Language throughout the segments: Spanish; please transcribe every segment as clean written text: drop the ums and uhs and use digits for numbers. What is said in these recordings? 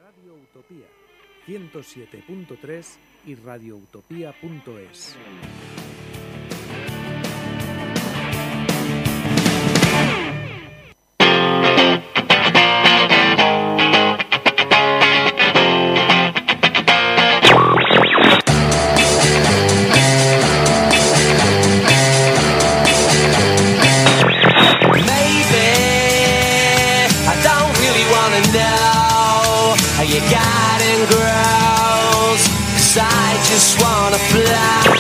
Radio Utopía 107.3 y radioutopía.es. You got and grows, 'cause I just wanna fly.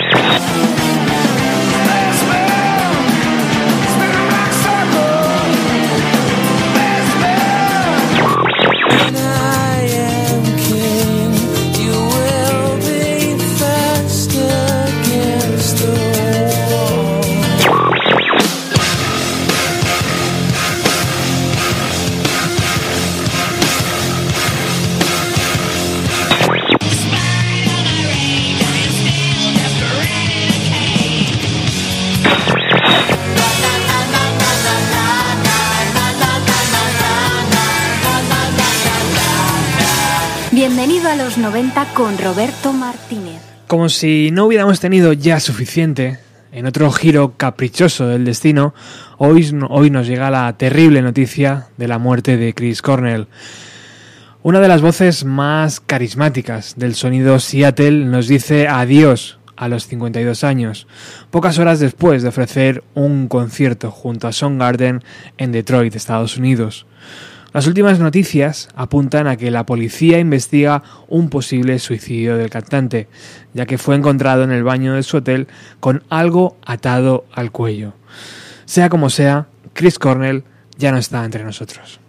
Bienvenido a los 90 con Roberto Martínez. Como si no hubiéramos tenido ya suficiente, en otro giro caprichoso del destino, hoy nos llega la terrible noticia de la muerte de Chris Cornell. Una de las voces más carismáticas del sonido Seattle nos dice adiós a los 52 años, pocas horas después de ofrecer un concierto junto a Soundgarden en Detroit, Estados Unidos. Las últimas noticias apuntan a que la policía investiga un posible suicidio del cantante, ya que fue encontrado en el baño de su hotel con algo atado al cuello. Sea como sea, Chris Cornell ya no está entre nosotros.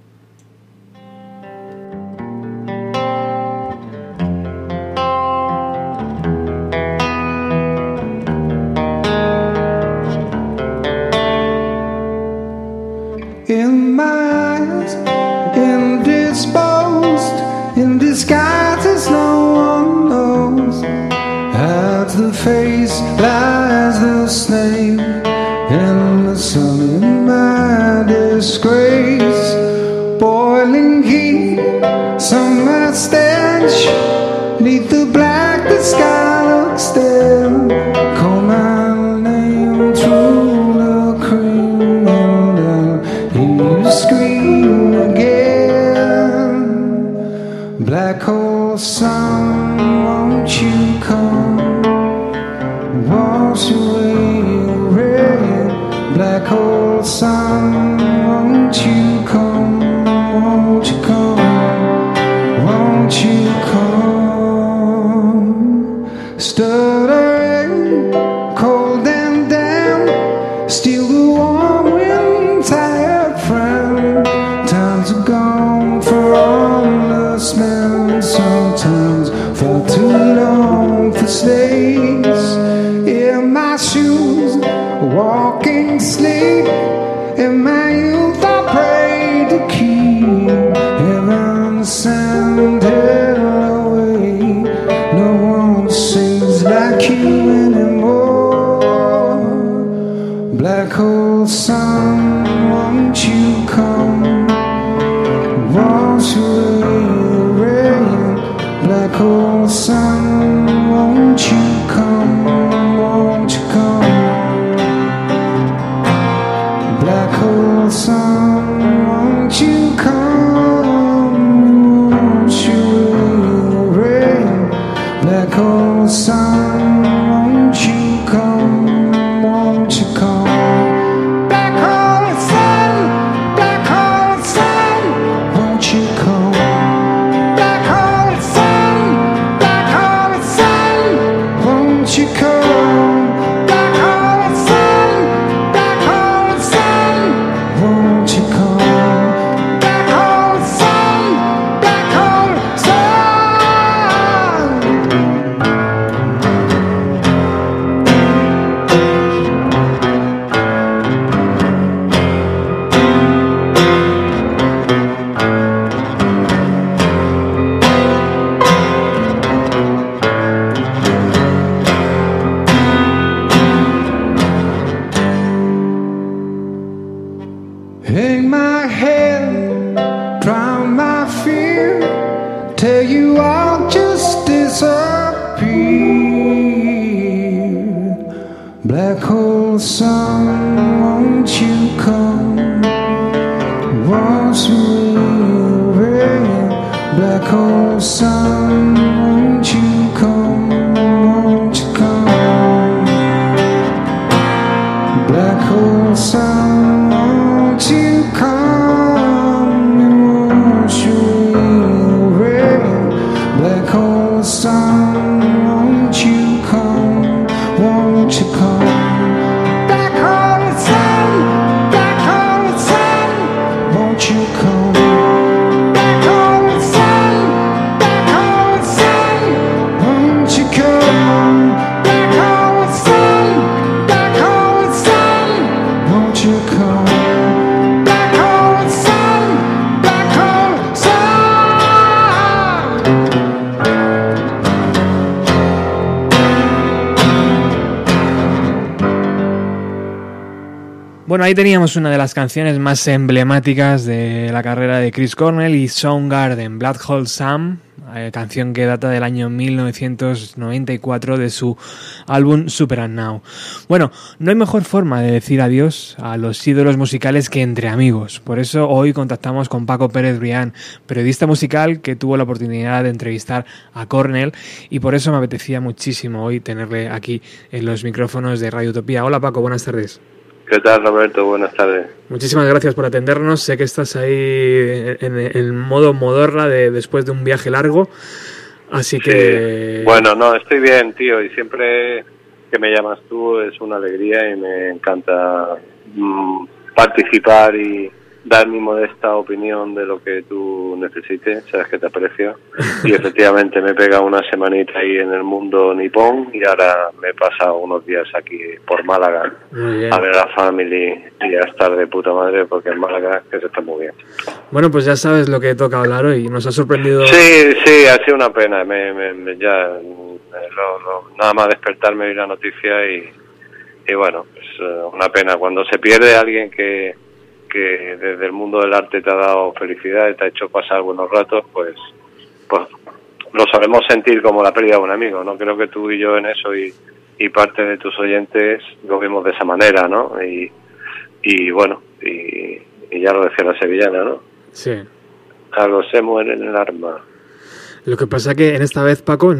In my eyes, indisposed, in disguise as no one knows, hides the face, lies the snake, and the sun in my disgrace. Boiling heat, summer stench, neath the black the sky looks dim. Call my name through the cream, and you scream again. Black hole sun, won't you come? Wash away your rain. Black hole sun, won't you come? Won't you come? Won't you come? Stuttering, cold and damp, steal the warm wind, tired friend. Times are gone for honest men, sometimes for too long for stays. In my shoes, walking sleep, in my hole sun, won't you come? Wash me away. Black hole sun, won't you come? Won't you come? Black hole sun, won't you come and wash me away? Black hole sun, won't you come? Won't you come? Black hole sun, black hole sun, won't you come? Black hole sun, black hole sun, won't you come? Black hole sun, black hole sun, won't you come? Black hole sun, black hole sun. Bueno, ahí teníamos una de las canciones más emblemáticas de la carrera de Chris Cornell y Soundgarden, Black Hole Sun, canción que data del año 1994 de su álbum Super and Now. Bueno, no hay mejor forma de decir adiós a los ídolos musicales que entre amigos. Por eso hoy contactamos con Paco Pérez Brián, periodista musical que tuvo la oportunidad de entrevistar a Cornell, y por eso me apetecía muchísimo hoy tenerle aquí en los micrófonos de Radio Utopía. Hola Paco, buenas tardes. ¿Qué tal, Roberto? Buenas tardes. Muchísimas gracias por atendernos. Sé que estás ahí en modo modorra después de un viaje largo, así que... Sí. Bueno, no, estoy bien, tío, y siempre que me llamas tú es una alegría y me encanta participar y dar mi modesta opinión de lo que tú necesites, sabes que te aprecio. Y efectivamente me pega una semanita ahí en el mundo nipón y ahora me he pasado unos días aquí por Málaga a ver a la family y a estar de puta madre, porque en Málaga que se está muy bien. Bueno, pues ya sabes lo que toca hablar hoy. Nos ha sorprendido... Sí, ha sido una pena. Nada más despertarme vi la noticia y bueno, es una pena. Cuando se pierde alguien que desde el mundo del arte te ha dado felicidad y te ha hecho pasar buenos ratos, pues lo sabemos sentir como la pérdida de un amigo, ¿no? Creo que tú y yo en eso y parte de tus oyentes lo vemos de esa manera, ¿no? Y bueno, y ya lo decía la sevillana, ¿no? Sí. Algo se muere en el arma. Lo que pasa que en esta vez, Paco,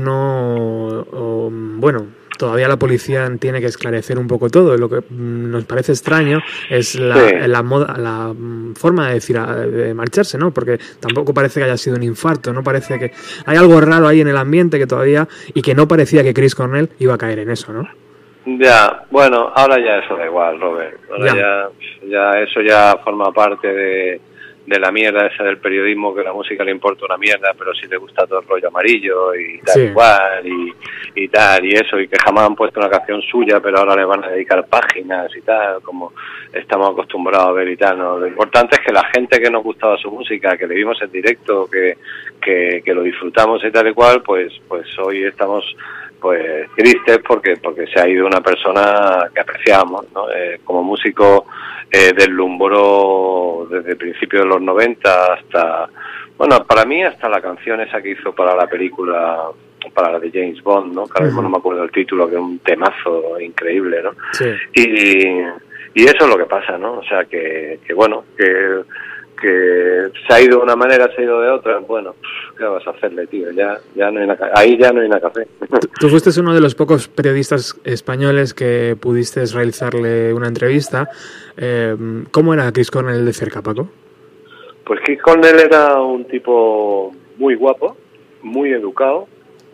todavía la policía tiene que esclarecer un poco todo. Lo que nos parece extraño es la forma de decir de marcharse, ¿no? Porque tampoco parece que haya sido un infarto, no parece que... Hay algo raro ahí en el ambiente que todavía... Y que no parecía que Chris Cornell iba a caer en eso, ¿no? Ya, bueno, ahora ya eso da igual, Robert. Ahora ya eso ya forma parte de la mierda esa del periodismo, que la música le importa una mierda, pero sí le gusta todo el rollo amarillo y tal, igual, y tal, y eso, y que jamás han puesto una canción suya, pero ahora le van a dedicar páginas y tal, como estamos acostumbrados a ver y tal, ¿no? Lo importante es que la gente que nos gustaba su música, que le vimos en directo, que lo disfrutamos y tal y cual, pues hoy estamos pues tristes porque se ha ido una persona que apreciamos, ¿no? Como músico deslumbró desde principios de los 90 hasta, bueno, para mí hasta la canción esa que hizo para la película, para la de James Bond, ¿no? Que ahora mismo no me acuerdo el título, que es un temazo increíble, ¿no? Sí. Y eso es lo que pasa, ¿no? O sea, que bueno, que se ha ido de una manera, se ha ido de otra, bueno, ¿qué vas a hacerle, tío? Ya no hay ahí ya no hay nada que hacer. Tú fuiste uno de los pocos periodistas españoles que pudiste realizarle una entrevista. ¿Cómo era Chris Cornell de cerca, Paco? Pues Chris Cornell era un tipo muy guapo, muy educado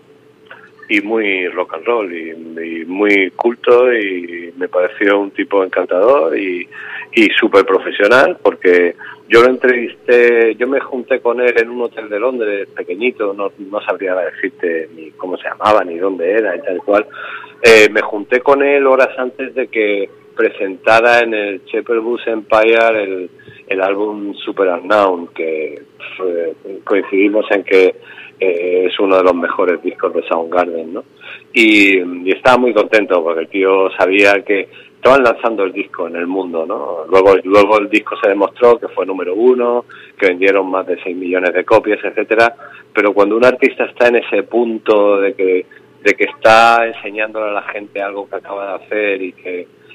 y muy rock and roll y muy culto, y me pareció un tipo encantador y súper profesional, porque yo lo entrevisté, yo me junté con él en un hotel de Londres pequeñito, no sabría decirte ni cómo se llamaba ni dónde era y tal cual. Me junté con él horas antes de que presentara en el Shepherd Bush Empire el álbum Super Unknown, que coincidimos en que es uno de los mejores discos de Soundgarden, ¿no? Y estaba muy contento porque el tío sabía que estaban lanzando el disco en el mundo, ¿no? Luego el disco se demostró que fue número 1, que vendieron más de 6 millones de copias, etcétera. Pero cuando un artista está en ese punto de que está enseñándole a la gente algo que acaba de hacer y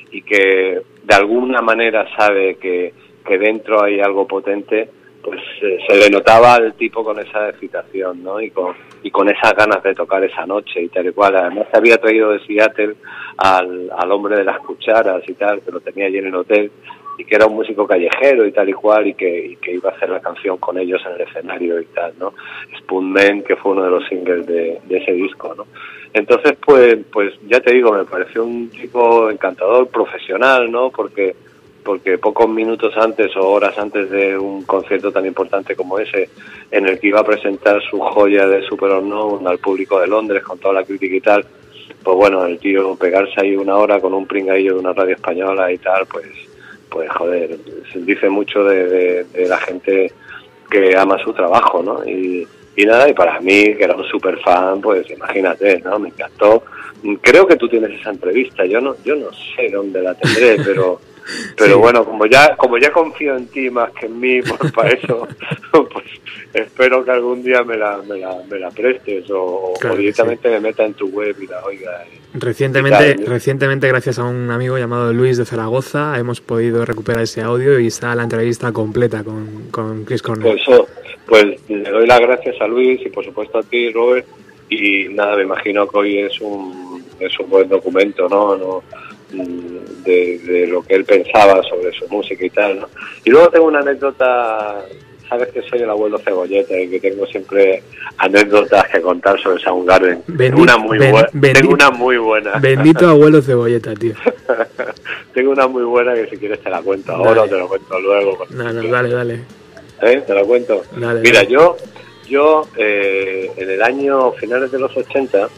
y que de alguna manera sabe que dentro hay algo potente, pues se le notaba al tipo con esa excitación, ¿no? Y con esas ganas de tocar esa noche y tal y cual. Además se había traído de Seattle al hombre de las cucharas y tal, que lo tenía allí en el hotel, y que era un músico callejero y tal y cual, y que iba a hacer la canción con ellos en el escenario y tal, ¿no? Spoonman, que fue uno de los singles de ese disco, ¿no? Entonces, pues ya te digo, me pareció un tipo encantador, profesional, ¿no? Porque pocos minutos antes o horas antes de un concierto tan importante como ese, en el que iba a presentar su joya de Super Unknown al público de Londres con toda la crítica y tal, pues bueno, el tío pegarse ahí una hora con un pringadillo de una radio española y tal, pues joder, se dice mucho de la gente que ama su trabajo, ¿no? Y nada, y para mí, que era un super fan, pues imagínate, ¿no? Me encantó. Creo que tú tienes esa entrevista, yo no sé dónde la tendré, pero sí. Bueno, como ya confío en ti más que en mí, pues para eso, pues espero que algún día me la prestes o directamente sí. Me meta en tu web y la oiga. Recientemente, gracias a un amigo llamado Luis de Zaragoza, hemos podido recuperar ese audio y está la entrevista completa con Chris Cornell. Pues le doy las gracias a Luis y por supuesto a ti, Robert, y nada, me imagino que hoy es un buen documento, ¿no? De lo que él pensaba sobre su música y tal, ¿no? Y luego tengo una anécdota, sabes que soy el abuelo Cebolleta y que tengo siempre anécdotas que contar sobre Soundgarden. Tengo una muy buena. Bendito abuelo Cebolleta, tío. Tengo una muy buena que si quieres te la cuento ahora o te la cuento luego. No, dale. ¿Te la cuento? Dale, mira, yo en el año finales de los 80,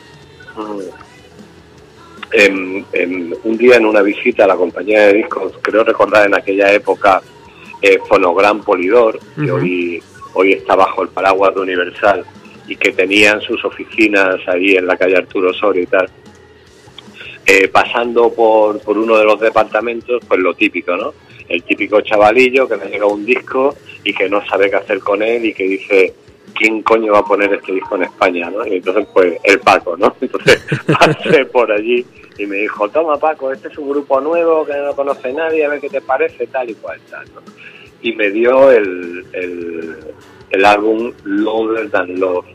un día en una visita a la compañía de discos, creo recordar en aquella época Fonogram Polydor, que hoy está bajo el paraguas de Universal y que tenían sus oficinas ahí en la calle Arturo Osorio y tal, pasando por uno de los departamentos, pues lo típico, ¿no? El típico chavalillo que le llega un disco y que no sabe qué hacer con él y que dice, ¿quién coño va a poner este disco en España, no? Y entonces, pues, el Paco, ¿no? Entonces, pasé por allí y me dijo, toma, Paco, este es un grupo nuevo que no conoce nadie, a ver qué te parece, tal y cual, tal, ¿no? Y me dio el álbum Louder Than Love,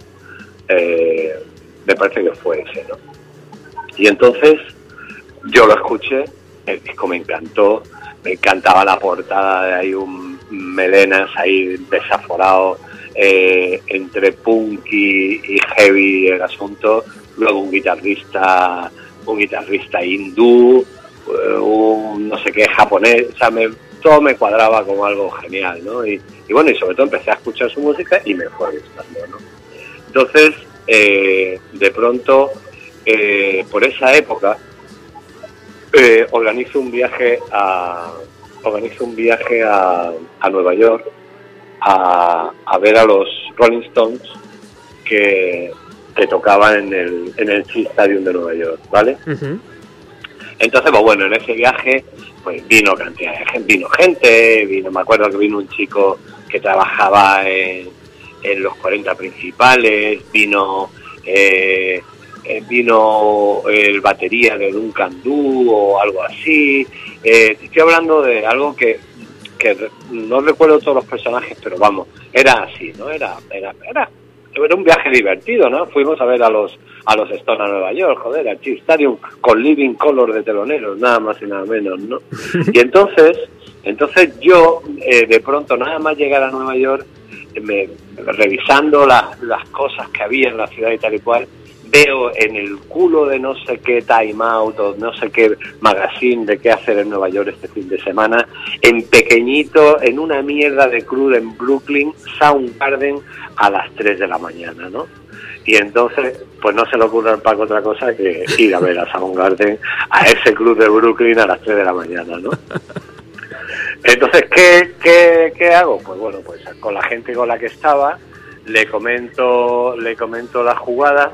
me parece que fue ese, ¿no? Y entonces, yo lo escuché, el disco me encantó, me encantaba la portada de ahí un melenas ahí desaforado, entre punk y heavy el asunto, luego un guitarrista hindú, un no sé qué japonés, o sea, todo me cuadraba como algo genial, ¿no? Y bueno, y sobre todo empecé a escuchar su música y me fue gustando, ¿no? Entonces, de pronto, por esa época, organizo un viaje a Nueva York a ver a los Rolling Stones que tocaban en el Shea Stadium de Nueva York, ¿vale? Uh-huh. Entonces, pues bueno, en ese viaje pues vino cantidad de gente, me acuerdo que vino un chico que trabajaba en los 40 principales, vino el batería de Duncan Du o algo así. Estoy hablando de algo que no recuerdo todos los personajes, pero vamos, era así, ¿no? Era un viaje divertido, ¿no? Fuimos a ver a los Stones a Nueva York, joder, al Shea Stadium con Living Colour de teloneros, nada más y nada menos, ¿no? Y entonces yo, de pronto, nada más llegar a Nueva York, revisando las cosas que había en la ciudad y tal y cual, veo en el culo de no sé qué Time Out o no sé qué magazine de qué hacer en Nueva York este fin de semana, en pequeñito, en una mierda de club en Brooklyn, Soundgarden a las 3 de la mañana, ¿no? Y entonces, pues no se le ocurre al Paco otra cosa que ir a ver a Soundgarden a ese club de Brooklyn a las 3 de la mañana, ¿no? Entonces, ¿qué hago? Pues bueno, pues con la gente con la que estaba, le comento la jugada.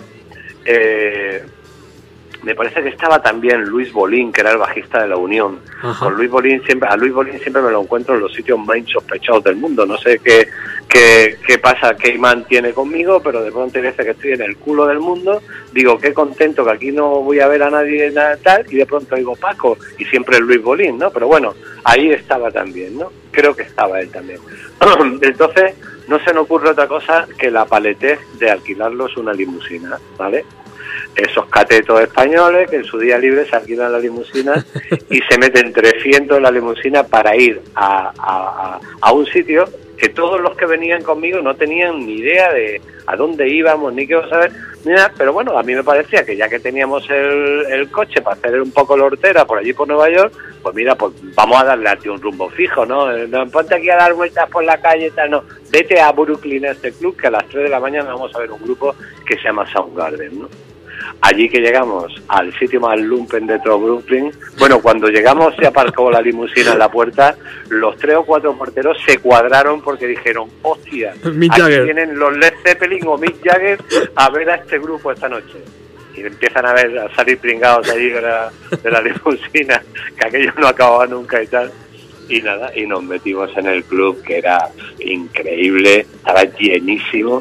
Me parece que estaba también Luis Bolín, que era el bajista de La Unión. Con a Luis Bolín siempre me lo encuentro en los sitios más insospechados del mundo. No sé qué ¿Qué pasa? ¿Qué imán tiene conmigo? Pero de pronto hay veces que estoy en el culo del mundo, digo, qué contento que aquí no voy a ver a nadie nada tal, y de pronto digo Paco, y siempre Luis Bolín, ¿no? Pero bueno, ahí estaba también, ¿no? Creo que estaba él también. Entonces, no se me ocurre otra cosa que la paletez de alquilarlos una limusina, ¿vale? Esos catetos españoles que en su día libre se alquilan la limusina y se meten 300 en la limusina para ir a un sitio que todos los que venían conmigo no tenían ni idea de a dónde íbamos, ni qué iba a saber, ni nada, pero bueno, a mí me parecía que ya que teníamos el coche para hacer un poco la hortera por allí por Nueva York, pues mira, pues vamos a darle a ti un rumbo fijo, ¿no? No ponte aquí a dar vueltas por la calle y tal, no, vete a Brooklyn, a este club, que a las 3 de la mañana vamos a ver un grupo que se llama Soundgarden, ¿no? Allí que llegamos al sitio más lumpen de todo Brooklyn, bueno, cuando llegamos se aparcó la limusina en la puerta, los 3 o 4 porteros se cuadraron porque dijeron, hostia, aquí vienen los Led Zeppelin o Mick Jagger a ver a este grupo esta noche. Y empiezan a salir pringados allí de la limusina, que aquello no acababa nunca y tal. Y nada, y nos metimos en el club, que era increíble, estaba llenísimo.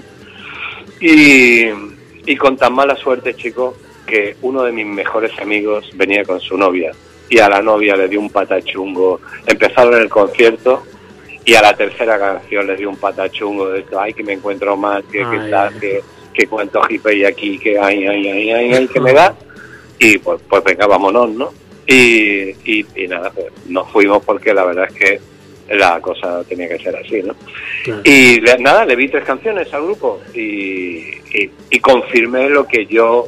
Y con tan mala suerte, chicos, que uno de mis mejores amigos venía con su novia y a la novia le dio un patachungo. Empezaron el concierto y a la tercera canción le dio un patachungo de esto, ay, que me encuentro mal, que tal, que cuánto hippie hay aquí, que ay, que me da. Y pues venga, vámonos, ¿no? Y nada, pues nos fuimos porque la verdad es que la cosa tenía que ser así, ¿no? Claro. Y nada, le vi 3 canciones al grupo y confirmé lo que yo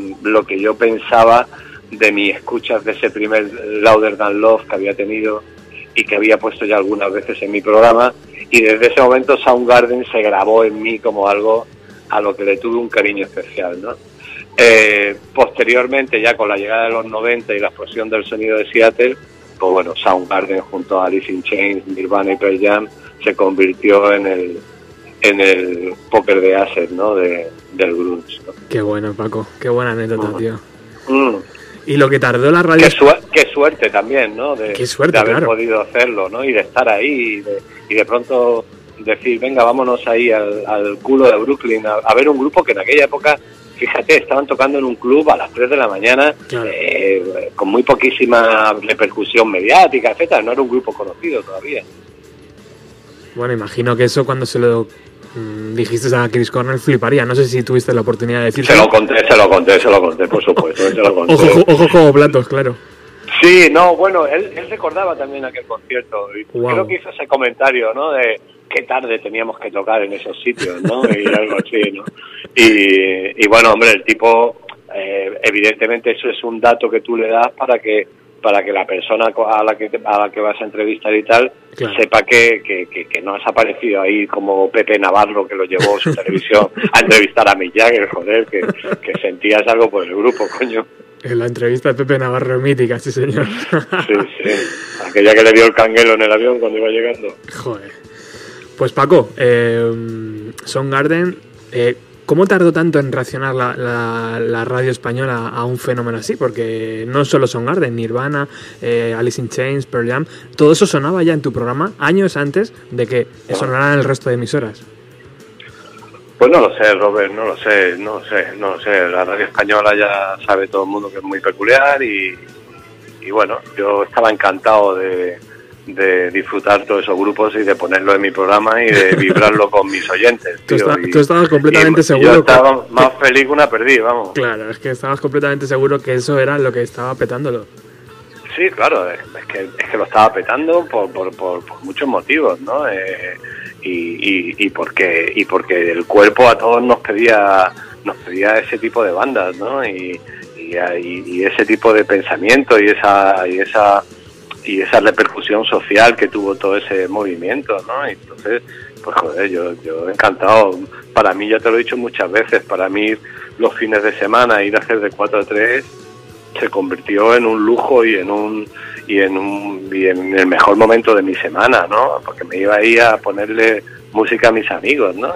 pensaba de mis escuchas de ese primer Louder Than Love que había tenido y que había puesto ya algunas veces en mi programa, y desde ese momento Soundgarden se grabó en mí como algo a lo que le tuve un cariño especial, ¿no? Posteriormente, ya con la llegada de los 90 y la explosión del sonido de Seattle, pues bueno, Soundgarden junto a Alice in Chains, Nirvana y Pearl Jam se convirtió en el póker de ases, ¿no? del grunge, ¿no? Qué bueno, Paco, qué buena anécdota, tío. Y lo que tardó la radio... Qué suerte también, ¿no? Qué suerte, de haber claro. podido hacerlo, ¿no? Y de estar ahí y de pronto decir, venga, vámonos ahí al culo de Brooklyn a ver un grupo que en aquella época, fíjate, estaban tocando en un club a las 3 de la mañana, claro, con muy poquísima repercusión mediática, etcétera. No era un grupo conocido todavía. Bueno, imagino que eso cuando se lo dijiste a Chris Cornell fliparía. No sé si tuviste la oportunidad de decirlo. Se lo conté, por supuesto. Se lo conté. Ojo como platos, claro. Sí, no, bueno, él recordaba también aquel concierto. Wow. Creo que hizo ese comentario, ¿no? De qué tarde teníamos que tocar en esos sitios, ¿no? Y algo así, ¿no? Y bueno, hombre, el tipo, evidentemente eso es un dato que tú le das para que la persona a la que vas a entrevistar y tal, claro, sepa que no has aparecido ahí como Pepe Navarro, que lo llevó su televisión a entrevistar a Mick Jagger, joder, que sentías algo por el grupo, coño. En la entrevista de Pepe Navarro mítica, sí señor. Sí. Aquella que le dio el canguelo en el avión cuando iba llegando. Joder. Pues Paco, Soundgarden, ¿cómo tardó tanto en reaccionar la radio española a un fenómeno así? Porque no solo Soundgarden, Nirvana, Alice in Chains, Pearl Jam, todo eso sonaba ya en tu programa años antes de que sonaran el resto de emisoras. Pues no lo sé, Robert, no lo sé. La radio española ya sabe todo el mundo que es muy peculiar y bueno, yo estaba encantado de disfrutar todos esos grupos y de ponerlo en mi programa y de vibrarlo con mis oyentes. Tú estabas completamente seguro. Yo estaba más feliz que una perdida, vamos. Claro, es que estabas completamente seguro que eso era lo que estaba petándolo. Sí, claro, es que lo estaba petando por muchos motivos, ¿no? Y porque el cuerpo a todos nos pedía ese tipo de bandas, ¿no? Y ese tipo de pensamiento y esa repercusión social que tuvo todo ese movimiento, ¿no? Y entonces, pues joder, yo encantado. Para mí, ya te lo he dicho muchas veces, para mí los fines de semana ir a hacer de 4 a 3 se convirtió en un lujo y en el mejor momento de mi semana, ¿no? Porque me iba ahí a ponerle música a mis amigos, ¿no?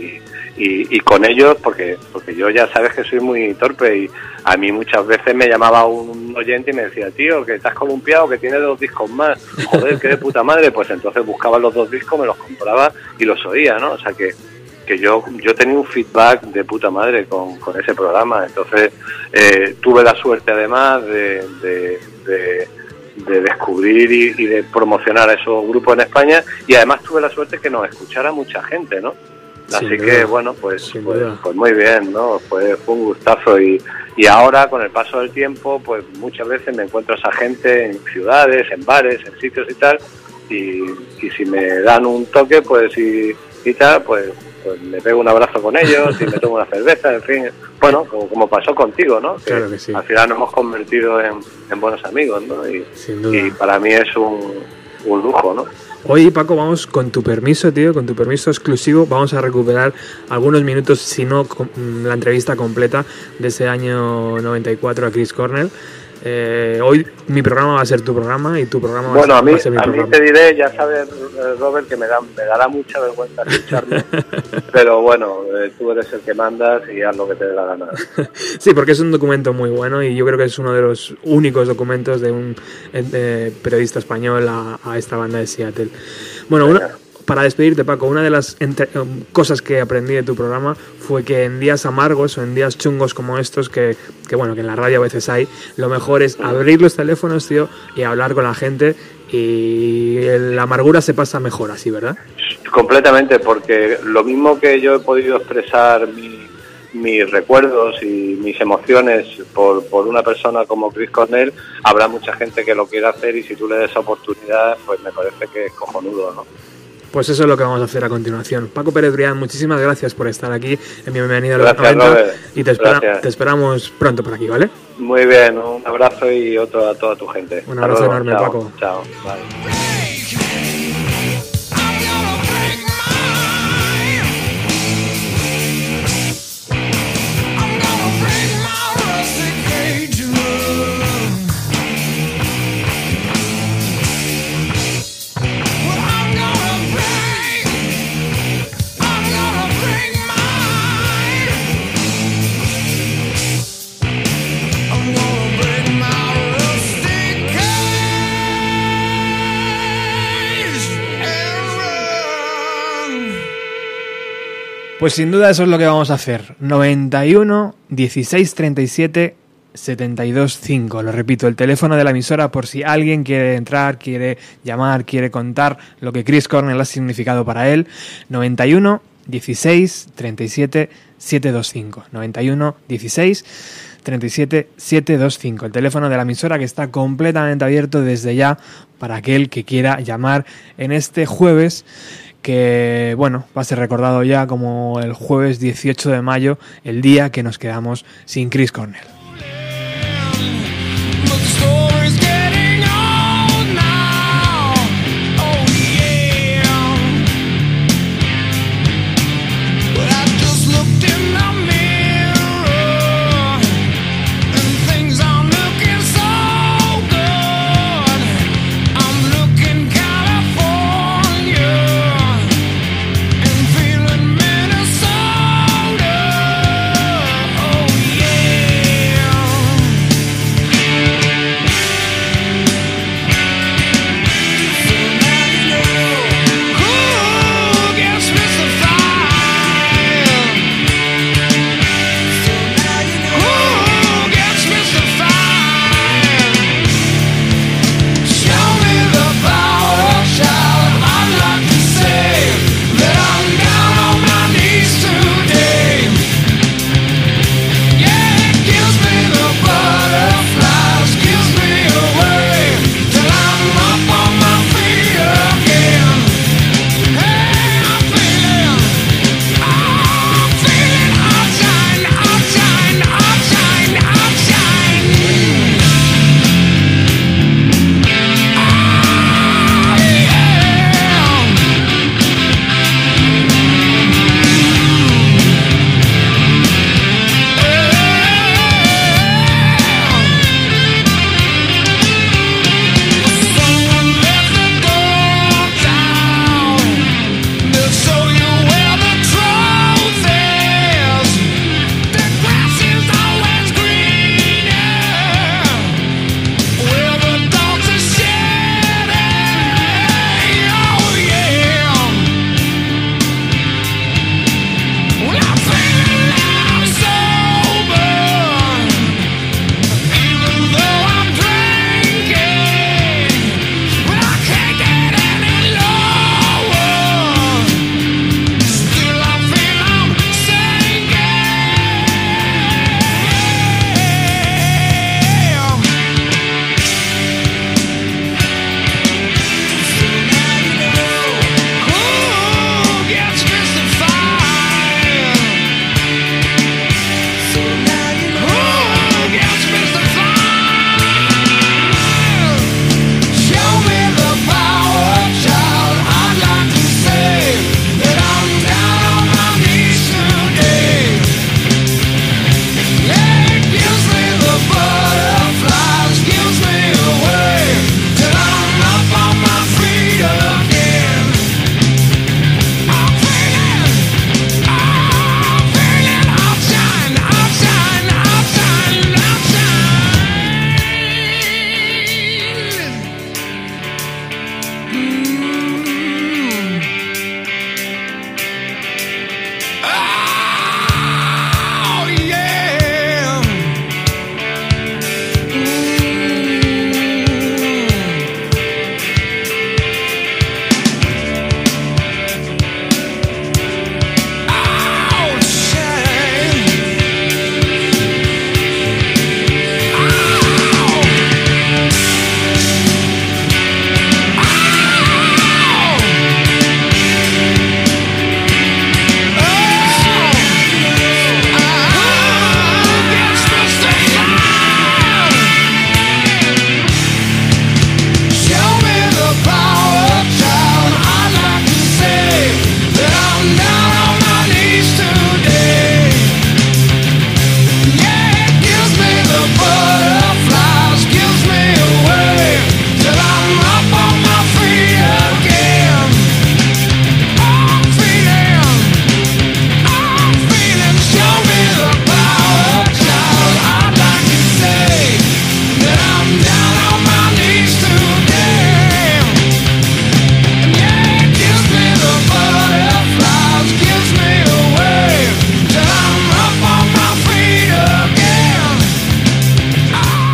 Y con ellos, porque yo ya sabes que soy muy torpe y a mí muchas veces me llamaba un oyente y me decía, tío, que estás columpiado, que tienes 2 discos más, joder, qué de puta madre. Pues entonces buscaba los 2 discos, me los compraba y los oía, ¿no? O sea que yo tenía un feedback de puta madre con ese programa. Entonces tuve la suerte además de descubrir y de promocionar a esos grupos en España, y además tuve la suerte que nos escuchara mucha gente, ¿no? Así que bueno, pues muy bien, ¿no? Fue un gustazo y ahora con el paso del tiempo pues muchas veces me encuentro a esa gente en ciudades, en bares, en sitios y tal, y si me dan un toque pues y tal, pues me pego un abrazo con ellos y me tomo una cerveza, en fin, bueno, como pasó contigo, ¿no? Que claro que sí. Al final nos hemos convertido en buenos amigos, ¿no? Y para mí es un lujo, ¿no? Hoy, Paco, vamos con tu permiso, tío, con tu permiso exclusivo, vamos a recuperar algunos minutos, si no la entrevista completa de ese año 94 a Chris Cornell. Hoy mi programa va a ser tu programa y tu programa va a ser mi programa. A mí te diré, ya sabes, Robert, que me dará mucha vergüenza escucharme, pero bueno, tú eres el que mandas y haz lo que te dé la gana. Sí, porque es un documento muy bueno y yo creo que es uno de los únicos documentos de un periodista español a esta banda de Seattle. Bueno, para despedirte, Paco, una de las cosas que aprendí de tu programa fue que en días amargos o en días chungos como estos, que bueno, que en la radio a veces hay, lo mejor es abrir los teléfonos, tío, y hablar con la gente, y la amargura se pasa mejor así, ¿verdad? Completamente, porque lo mismo que yo he podido expresar mis recuerdos y mis emociones por una persona como Chris Cornell, habrá mucha gente que lo quiera hacer, y si tú le des esa oportunidad, pues me parece que es cojonudo, ¿no? Pues eso es lo que vamos a hacer a continuación. Paco Pérez Brián, muchísimas gracias por estar aquí en Bienvenida a los 90 y te esperamos pronto por aquí, ¿vale? Muy bien, un abrazo y otro a toda tu gente. Un abrazo enorme, chao, Paco. Chao, bye. Pues sin duda eso es lo que vamos a hacer. 91 16 37 72 5. Lo repito, el teléfono de la emisora por si alguien quiere entrar, quiere llamar, quiere contar lo que Chris Cornell ha significado para él. 91 16 37 725. 91 16 37 725. El teléfono de la emisora, que está completamente abierto desde ya para aquel que quiera llamar en este jueves, que bueno, va a ser recordado ya como el jueves 18 de mayo, el día que nos quedamos sin Chris Cornell.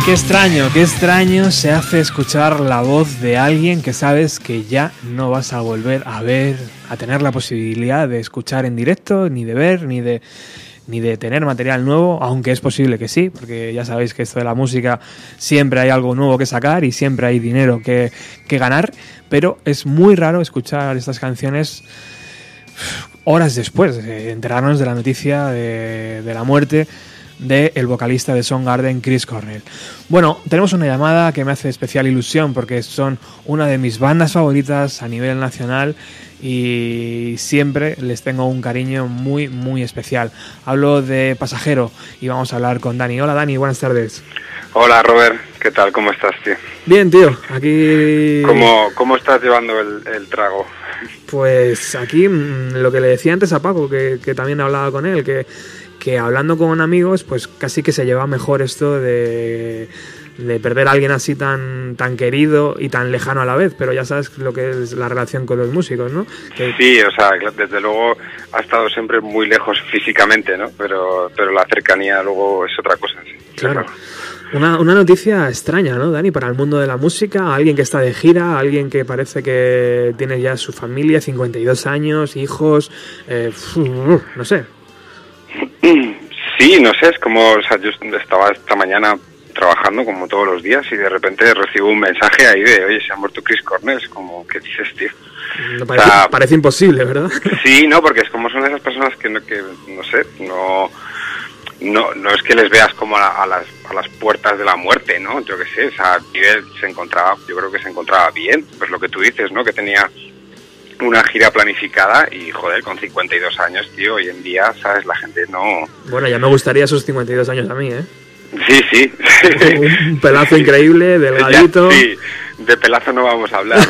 Qué extraño se hace escuchar la voz de alguien que sabes que ya no vas a volver a ver, a tener la posibilidad de escuchar en directo, ni de ver, ni de tener material nuevo, aunque es posible que sí, porque ya sabéis que esto de la música siempre hay algo nuevo que sacar y siempre hay dinero que ganar, pero es muy raro escuchar estas canciones horas después de enterarnos de la noticia de la muerte del vocalista de Soundgarden, Chris Cornell. Bueno, tenemos una llamada que me hace especial ilusión porque son una de mis bandas favoritas a nivel nacional y siempre les tengo un cariño muy, muy especial. Hablo de Pasajero y vamos a hablar con Dani. Hola Dani, buenas tardes. Hola Robert, ¿qué tal? ¿Cómo estás, tío? Bien, tío, aquí... ¿Cómo estás llevando el trago? Pues aquí lo que le decía antes a Paco, que también hablaba con él, que hablando con amigos, pues casi que se lleva mejor esto de perder a alguien así tan querido y tan lejano a la vez, pero ya sabes lo que es la relación con los músicos, ¿no? Sí, o sea, desde luego ha estado siempre muy lejos físicamente, ¿no? Pero la cercanía luego es otra cosa, sí. Claro. Una noticia extraña, ¿no, Dani? Para el mundo de la música, alguien que está de gira, alguien que parece que tiene ya su familia, 52 años, hijos, no sé. Sí, no sé, es como, o sea, yo estaba esta mañana trabajando como todos los días y de repente recibo un mensaje ahí de, oye, se ha muerto Chris Cornell, es como, ¿qué dices, tío? Parece imposible, ¿verdad? Sí, no, porque es como son esas personas que no sé, no es que les veas como a las puertas de la muerte, ¿no? Yo qué sé, o sea, yo creo que se encontraba bien, pues lo que tú dices, ¿no? Que tenía una gira planificada y, joder, con 52 años, tío, hoy en día, ¿sabes? La gente no... Bueno, ya me gustaría esos 52 años a mí, ¿eh? Sí. Un pelazo increíble, delgadito. Ya, sí, de pelazo no vamos a hablar,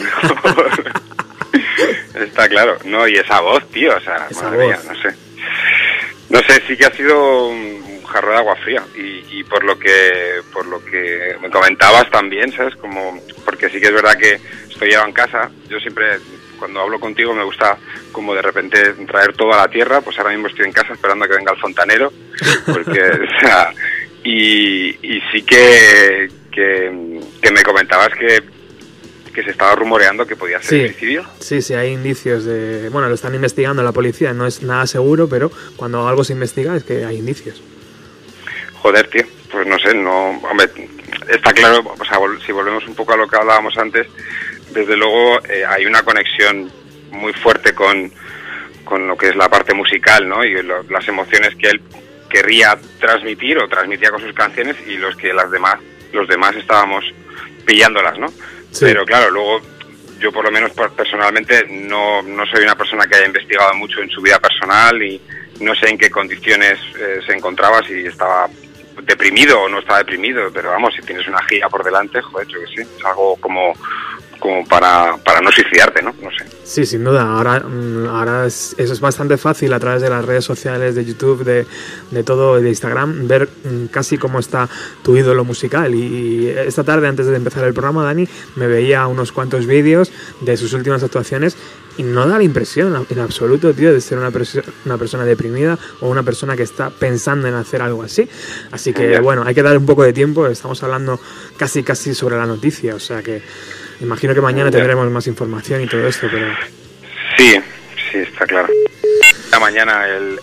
¿no? Está claro, no, y esa voz, tío, o sea, madre mía, no sé, sí que ha sido un jarro de agua fría y por lo que me comentabas también, ¿sabes? Como, porque sí que es verdad que estoy ya en casa, yo siempre... Cuando hablo contigo me gusta como de repente traer todo a la tierra, pues ahora mismo estoy en casa esperando a que venga el fontanero, porque, o sea, y sí que me comentabas que se estaba rumoreando que podía ser suicidio. Sí, hay indicios de... Bueno, lo están investigando la policía, no es nada seguro, pero cuando algo se investiga es que hay indicios. Joder, tío, pues no sé, hombre, está claro, o sea, si volvemos un poco a lo que hablábamos antes, desde luego hay una conexión muy fuerte con lo que es la parte musical, ¿no? Y las emociones que él querría transmitir o transmitía con sus canciones y los demás estábamos pillándolas, ¿no? Sí. Pero claro, luego yo por lo menos personalmente no soy una persona que haya investigado mucho en su vida personal y no sé en qué condiciones se encontraba, si estaba deprimido o no estaba deprimido, pero vamos, si tienes una gira por delante, joder, yo que sé, es algo como para no suicidarte, ¿no? No sé. Sí, sin duda. Ahora eso es bastante fácil a través de las redes sociales, de YouTube, de todo, de Instagram, ver casi cómo está tu ídolo musical. Y esta tarde, antes de empezar el programa, Dani, me veía unos cuantos vídeos de sus últimas actuaciones y no da la impresión en absoluto, tío, de ser una persona deprimida o una persona que está pensando en hacer algo así. Así que, bueno, hay que dar un poco de tiempo. Estamos hablando casi sobre la noticia, o sea que imagino que mañana tendremos más información y todo esto, pero... Sí, está claro. Mañana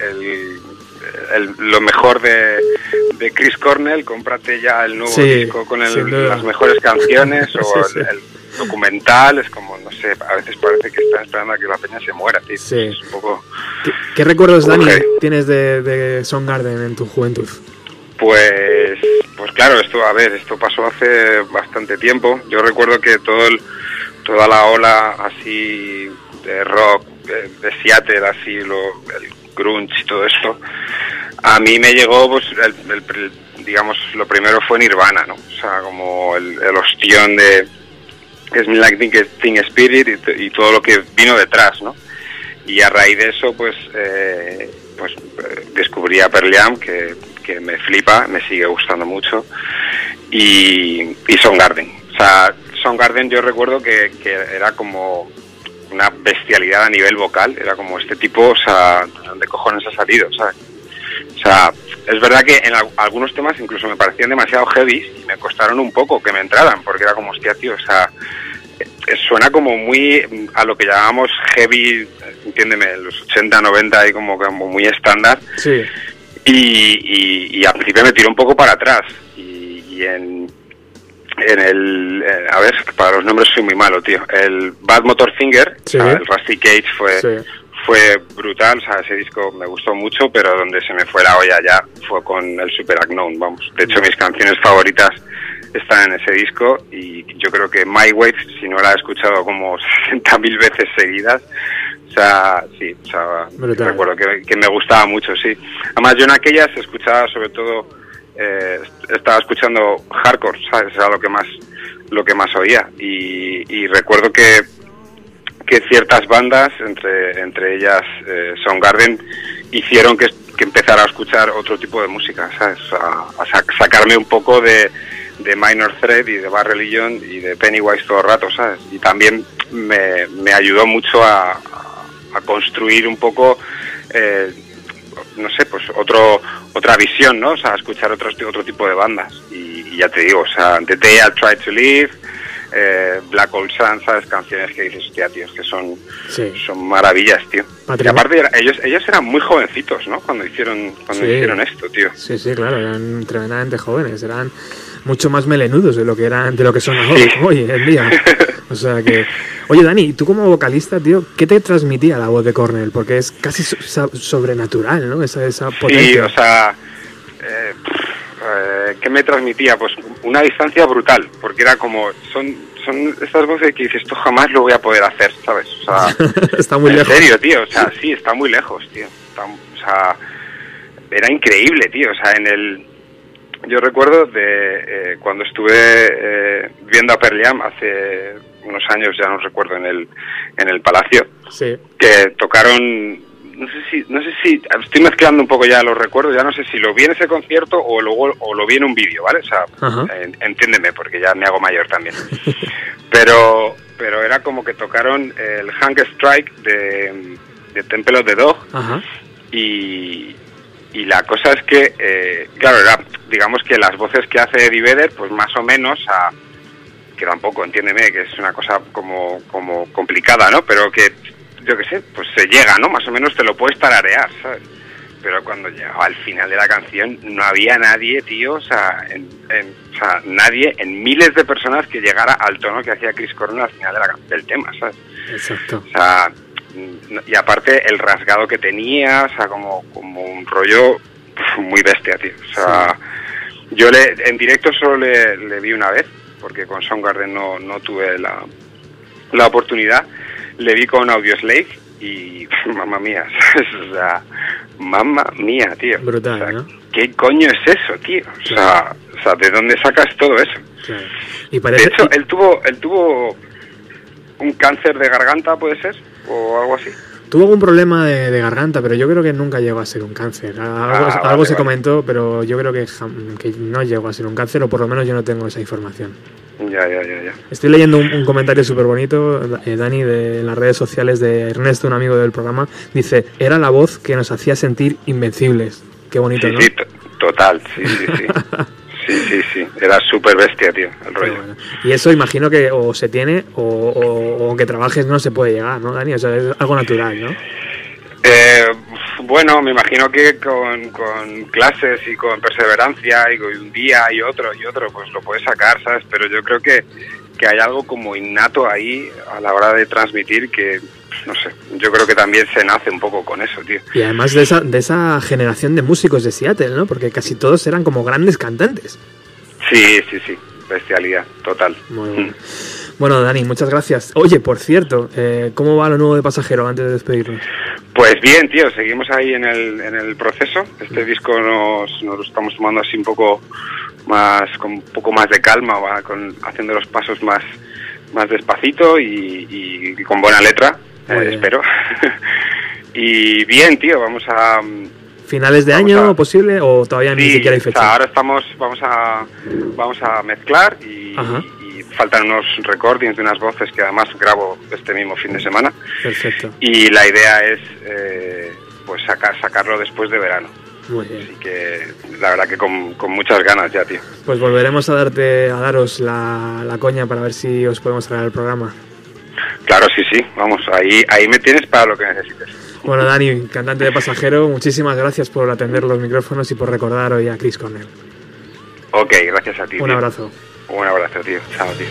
lo mejor de Chris Cornell, cómprate ya el nuevo disco con las mejores canciones o el documental, es como, no sé, a veces parece que están esperando a que la peña se muera, tío. Sí. Es un poco... ¿Qué recuerdos, Dani, tienes de Soundgarden en tu juventud? Pues claro, esto pasó hace bastante tiempo. Yo recuerdo que toda la ola así de rock de Seattle, así el grunge y todo esto, a mí me llegó, pues digamos, lo primero fue Nirvana, ¿no? O sea, como el ostión de Smell Like Teen Spirit y todo lo que vino detrás, ¿no? Y a raíz de eso, pues descubrí a Pearl Jam, que me flipa, me sigue gustando mucho, y Soundgarden. O sea, Soundgarden yo recuerdo que era como una bestialidad a nivel vocal, era como este tipo, o sea, ¿de dónde cojones ha salido? ¿Sabes? O sea, es verdad que en algunos temas incluso me parecían demasiado heavy y me costaron un poco que me entraran, porque era como, hostia, tío, o sea, suena como muy a lo que llamábamos heavy, entiéndeme, los 80, 90 y como muy estándar. Sí. Y al principio me tiró un poco para atrás. Y en el... a ver, para los nombres soy muy malo, tío. El Bad Motor Finger, sí. O sea, el Rusty Cage fue brutal, o sea, ese disco me gustó mucho, pero donde se me fue la olla ya fue con el Super Unknown, vamos. De hecho, mis canciones favoritas están en ese disco y yo creo que My Wave, si no la he escuchado como 60.000 veces seguidas, o sea, sí, o sea, recuerdo que me gustaba mucho, sí. Además, yo en aquellas escuchaba sobre todo, estaba escuchando hardcore, ¿sabes? Era lo que más oía y recuerdo que ciertas bandas, entre ellas Soundgarden, hicieron que empezara a escuchar otro tipo de música, ¿sabes? A sacarme un poco de Minor Threat y de Bad Religion y de Pennywise todo el rato, ¿sabes? Y también me ayudó mucho a construir un poco, no sé, pues otra visión, ¿no? O sea, a escuchar otro tipo de bandas. Y ya te digo, o sea, The Day I Tried to Live, Black Hole Sun, ¿sabes? Canciones que dices, hostia, tío, es que son maravillas, tío. Y aparte ellos eran muy jovencitos, ¿no? Cuando hicieron esto, tío. Sí, claro, eran tremendamente jóvenes, eran mucho más melenudos de lo que son hoy en día. O sea que... Oye, Dani, tú como vocalista, tío, ¿qué te transmitía la voz de Cornell? Porque es casi sobrenatural, ¿no? Esa potencia. Sí, o sea... ¿qué me transmitía? Pues una distancia brutal, porque era como... Son estas voces que dices, esto jamás lo voy a poder hacer, ¿sabes? O sea... Está muy lejos. En serio, tío, o sea, sí, está muy lejos, tío. O sea, era increíble, tío, o sea, yo recuerdo de cuando estuve viendo a Pearl Jam hace unos años, ya no recuerdo, en el Palacio, sí, que tocaron, no sé si estoy mezclando un poco ya los recuerdos, ya no sé si lo vi en ese concierto o lo vi en un vídeo, ¿vale? O sea, entiéndeme, porque ya me hago mayor también. pero era como que tocaron el Hunger Strike de Temple of the Dog. Ajá. Y la cosa es que, claro, digamos que las voces que hace Eddie Vedder, pues más o menos, que tampoco, entiéndeme, que es una cosa como complicada, ¿no? Pero que, yo qué sé, pues se llega, ¿no? Más o menos te lo puedes tararear, ¿sabes? Pero cuando llegaba al final de la canción no había nadie, tío, o sea, nadie, en miles de personas que llegara al tono que hacía Chris Cornell al final del tema, ¿sabes? Exacto. O sea... Y aparte el rasgado que tenía, o sea, como un rollo muy bestia, tío. O sea, sí. Yo en directo solo le vi una vez, porque con Soundgarden no tuve la oportunidad. Le vi con Audioslave y mamma mía, ¿sabes? O sea, mamma mía, tío. Brutal, o sea, ¿no? ¿Qué coño es eso, tío? O sea, ¿de dónde sacas todo eso? Claro. Y parece... De hecho, él tuvo un cáncer de garganta, ¿puede ser? ¿O algo así? Tuvo algún problema de garganta, pero yo creo que nunca llegó a ser un cáncer. Algo se comentó, pero yo creo que no llegó a ser un cáncer, o por lo menos yo no tengo esa información. Ya. Estoy leyendo un comentario súper bonito, Dani, en las redes sociales de Ernesto, un amigo del programa. Dice, era la voz que nos hacía sentir invencibles. Qué bonito, sí, ¿no? Sí, total, sí. Sí, era súper bestia, tío, el rollo. Bueno. Y eso imagino que o se tiene o aunque trabajes no se puede llegar, ¿no, Dani? O sea, es algo natural, ¿no? Bueno, me imagino que con clases y con perseverancia y con un día y otro, pues lo puedes sacar, ¿sabes? Pero yo creo que hay algo como innato ahí a la hora de transmitir que... No sé, yo creo que también se nace un poco con eso, tío. Y además de esa generación de músicos de Seattle, ¿no? Porque casi todos eran como grandes cantantes. Sí, bestialidad, total. Muy bueno. Bueno, Dani, muchas gracias. Oye, por cierto, ¿cómo va lo nuevo de Pasajero antes de despedirnos? Pues bien, tío, seguimos ahí en el proceso. Este disco nos lo estamos tomando así un poco más, con un poco más de calma, haciendo los pasos más despacito y con buena letra. Espero. Y bien, tío, vamos a... ¿Finales de año posible o todavía ni siquiera hay fecha? O sea, ahora vamos a mezclar y faltan unos recordings de unas voces que además grabo este mismo fin de semana. Perfecto. Y la idea es pues sacarlo después de verano. Muy bien. Así que la verdad que con muchas ganas ya, tío. Pues volveremos a daros la coña para ver si os podemos traer al programa. Claro, sí, vamos, ahí me tienes para lo que necesites. Bueno, Dani, cantante de Pasajero, muchísimas gracias por atender los micrófonos y por recordar hoy a Chris Cornell. Ok, gracias a ti. Un tío. abrazo. Un abrazo, tío. Chao, tío.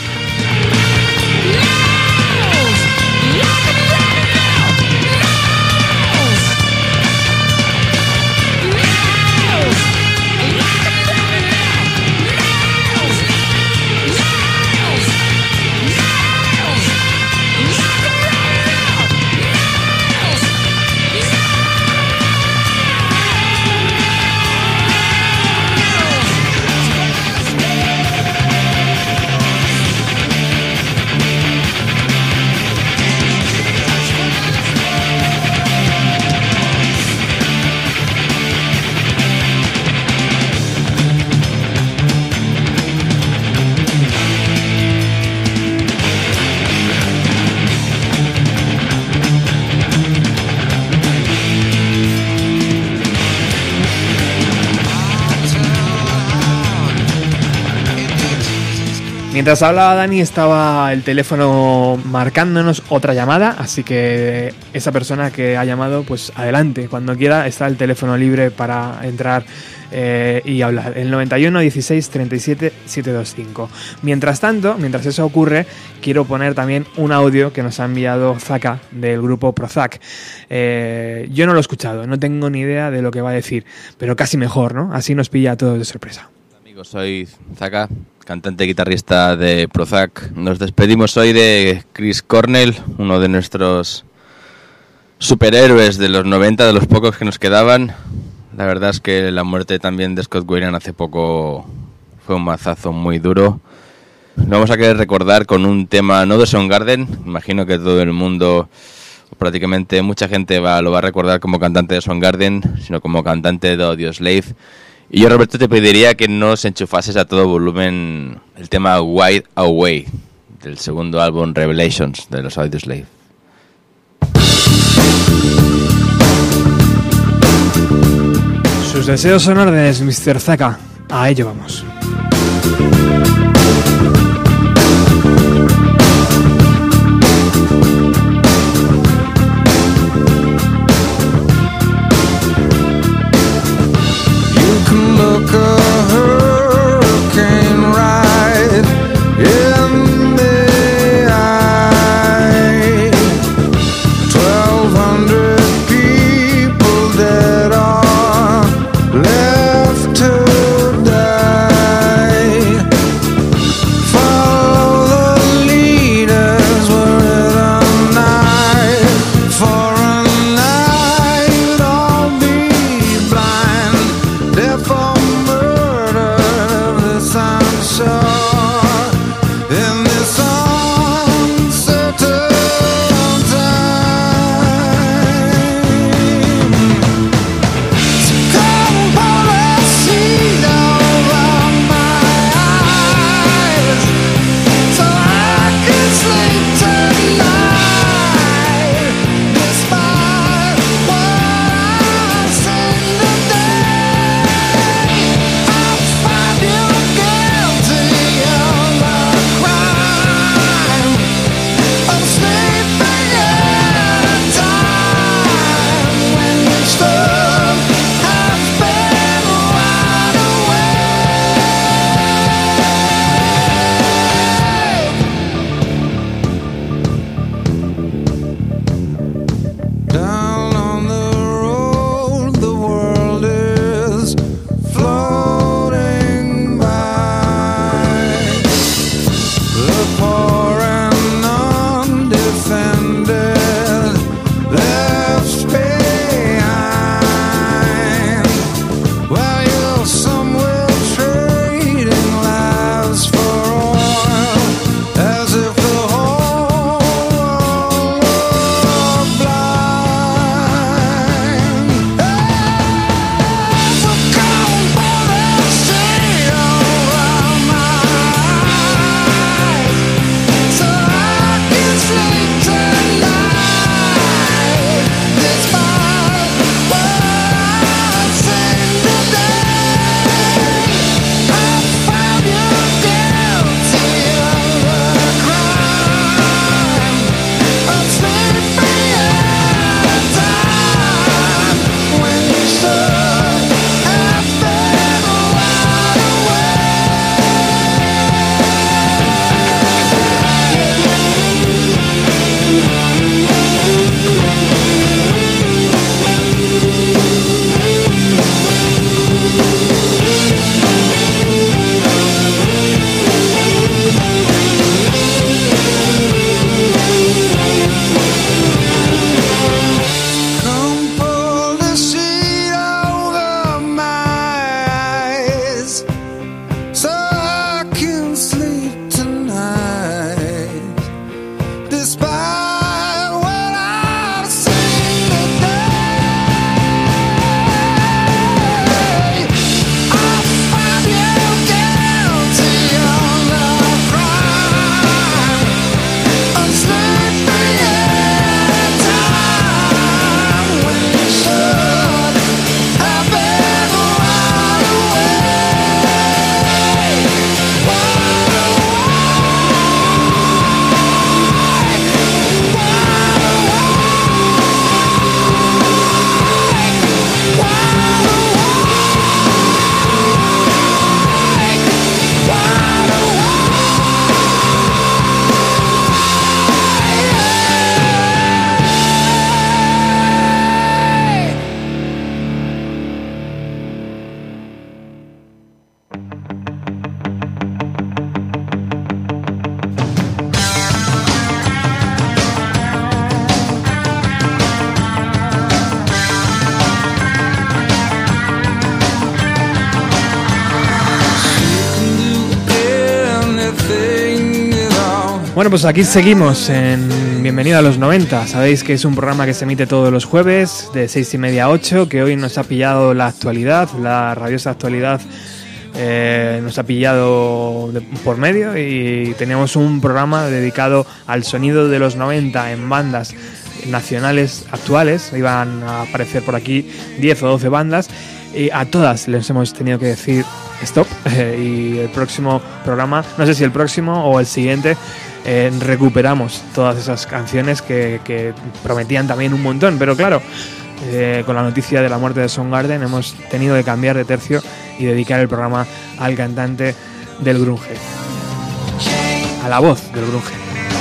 Mientras hablaba Dani estaba el teléfono marcándonos otra llamada, así que esa persona que ha llamado, pues adelante, cuando quiera está el teléfono libre para entrar y hablar. El 91 16 37 725. Mientras tanto, mientras eso ocurre, quiero poner también un audio que nos ha enviado Zaka del grupo Prozac. Yo no lo he escuchado, no tengo ni idea de lo que va a decir, pero casi mejor, ¿no? Así nos pilla a todos de sorpresa. Amigos, soy Zaka, cantante y guitarrista de Prozac. Nos despedimos hoy de Chris Cornell, uno de nuestros superhéroes de los 90, de los pocos que nos quedaban. La verdad es que la muerte también de Scott Weiland hace poco fue un mazazo muy duro. Lo vamos a querer recordar con un tema no de Soundgarden. Imagino que todo el mundo, prácticamente mucha gente lo va a recordar como cantante de Soundgarden, sino como cantante de Audioslave. Y yo, Roberto, te pediría que nos enchufases a todo volumen el tema Wide Away del segundo álbum Revelations de los Audioslave. Sus deseos son órdenes, Mr. Zaka. A ello vamos. Left to die. Bueno, pues aquí seguimos en Bienvenido a los 90. Sabéis que es un programa que se emite todos los jueves de 6:30 a 8, que hoy nos ha pillado la actualidad, la rabiosa actualidad nos ha pillado por medio y tenemos un programa dedicado al sonido de los 90 en bandas nacionales actuales. Iban a aparecer por aquí 10 o 12 bandas y a todas les hemos tenido que decir stop, y el próximo programa, no sé si el próximo o el siguiente, recuperamos todas esas canciones que prometían también un montón, pero claro, con la noticia de la muerte de Soundgarden hemos tenido que cambiar de tercio y dedicar el programa al cantante del grunge, a la voz del grunge.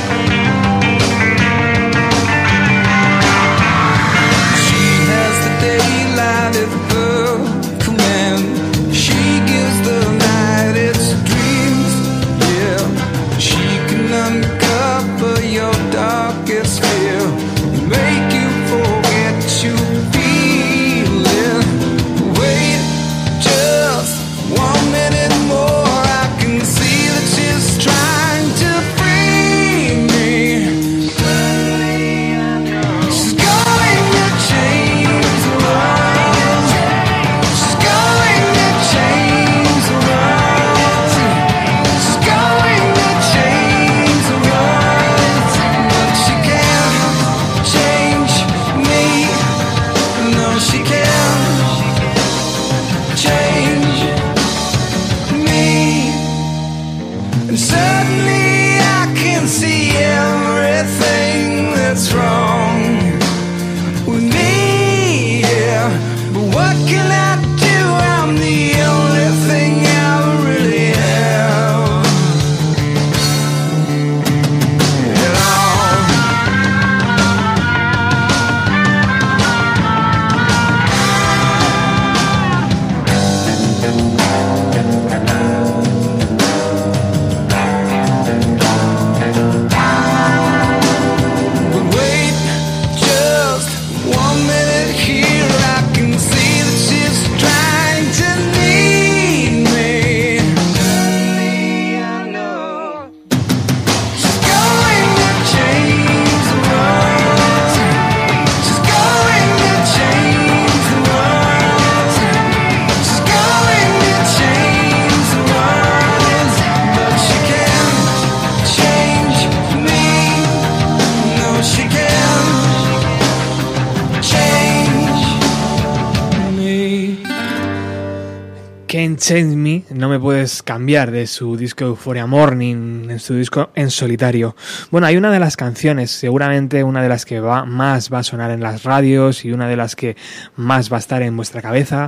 Can't Change Me, No Me Puedes Cambiar, de su disco Euphoria Morning, en su disco En Solitario. Bueno, hay una de las canciones, seguramente una de las que más va a sonar en las radios y una de las que más va a estar en vuestra cabeza,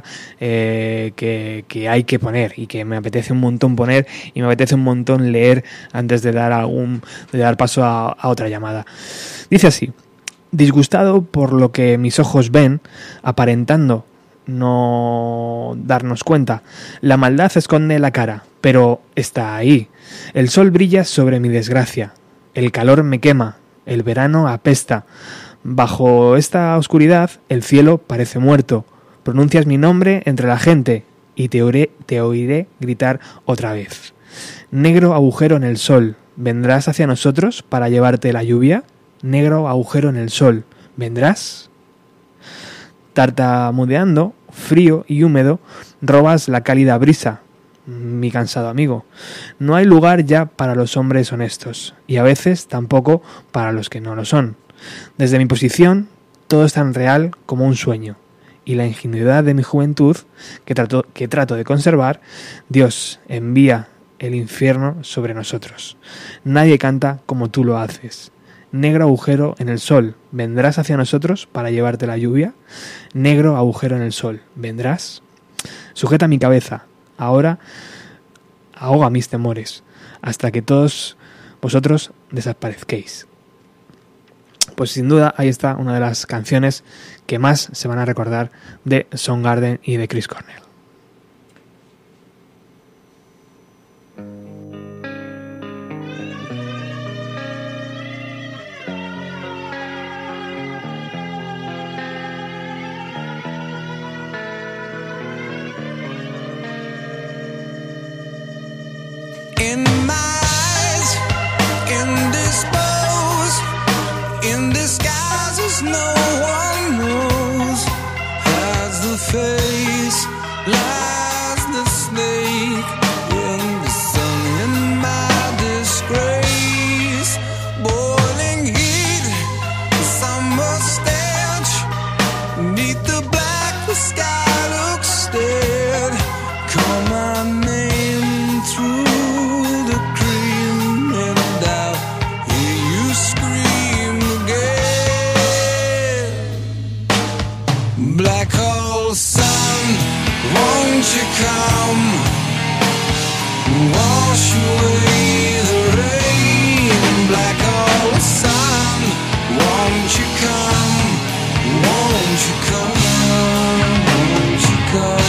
que hay que poner y que me apetece un montón poner y me apetece un montón leer antes de dar paso a otra llamada. Dice así: disgustado por lo que mis ojos ven, aparentando no darnos cuenta. La maldad esconde la cara, pero está ahí. El sol brilla sobre mi desgracia. El calor me quema. El verano apesta. Bajo esta oscuridad, el cielo parece muerto. Pronuncias mi nombre entre la gente y te oiré gritar otra vez. Negro agujero en el sol, ¿vendrás hacia nosotros para llevarte la lluvia? Negro agujero en el sol, ¿vendrás? Tartamudeando, frío y húmedo, robas la cálida brisa, mi cansado amigo. No hay lugar ya para los hombres honestos, y a veces tampoco para los que no lo son. Desde mi posición, todo es tan real como un sueño, y la ingenuidad de mi juventud, que trato de conservar, Dios envía el infierno sobre nosotros. Nadie canta como tú lo haces. Negro agujero en el sol, ¿vendrás hacia nosotros para llevarte la lluvia? Negro agujero en el sol, ¿vendrás? Sujeta mi cabeza, ahora ahoga mis temores, hasta que todos vosotros desaparezcáis. Pues sin duda ahí está una de las canciones que más se van a recordar de Soundgarden y de Chris Cornell. In my eyes, in the face no one knows, hides the face, lies the snake in the sun in my disgrace. Boiling heat, summer stench, neath the black, the sky looks dead. Call my name through the cream and I'll hear you scream again. Black hole sun, won't you come, wash away the rain. Black hole sun, won't you come, won't you come, won't you come.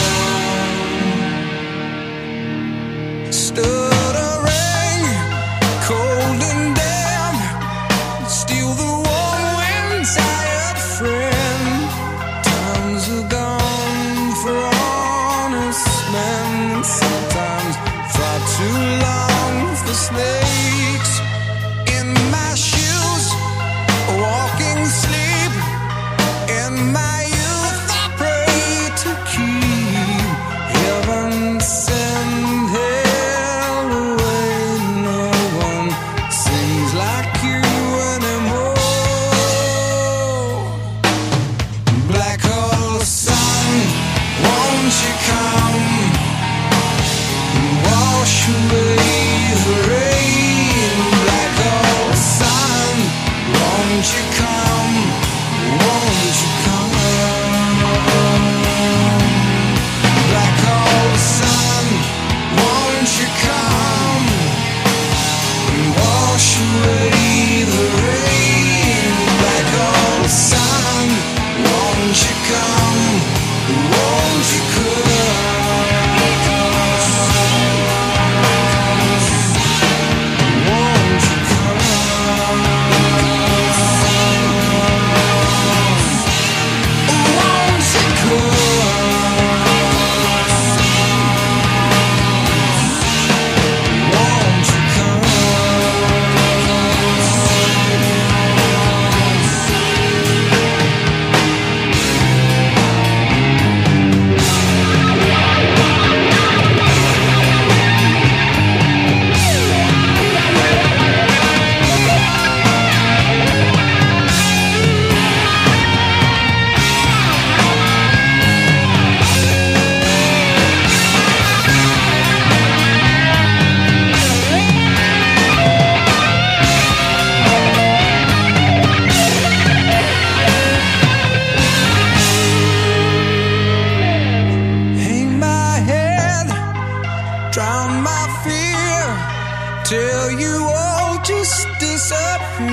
Stuttering, cold and damp, steal the warm wind, tired friend. Times are gone for honest men, sometimes far too long for snakes. In my shoes, walking sleep, in my youth I pray to keep heaven send hell away. No one sings like you anymore. Black hole sun, won't you come, wash away the rain. Black hole sun, won't you come, won't you come. Black hole sun, won't you come, wash away the rain. Black hole sun, won't you come, won't you come. Won't you come? Won't you come? Won't you come? Hang my head, drown my fear, till you all just disappear.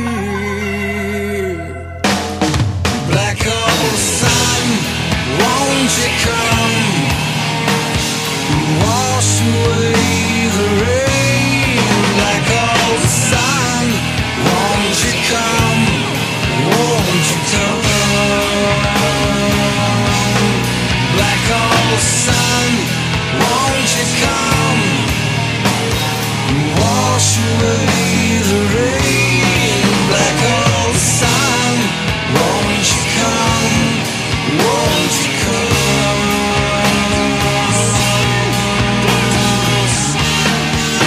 Black hole sun, won't you come, wash away the rain. Black hole sun, won't you come, won't you come. Black hole sun, won't you come, wash away the rain. Black hole sun, won't you come, won't you come.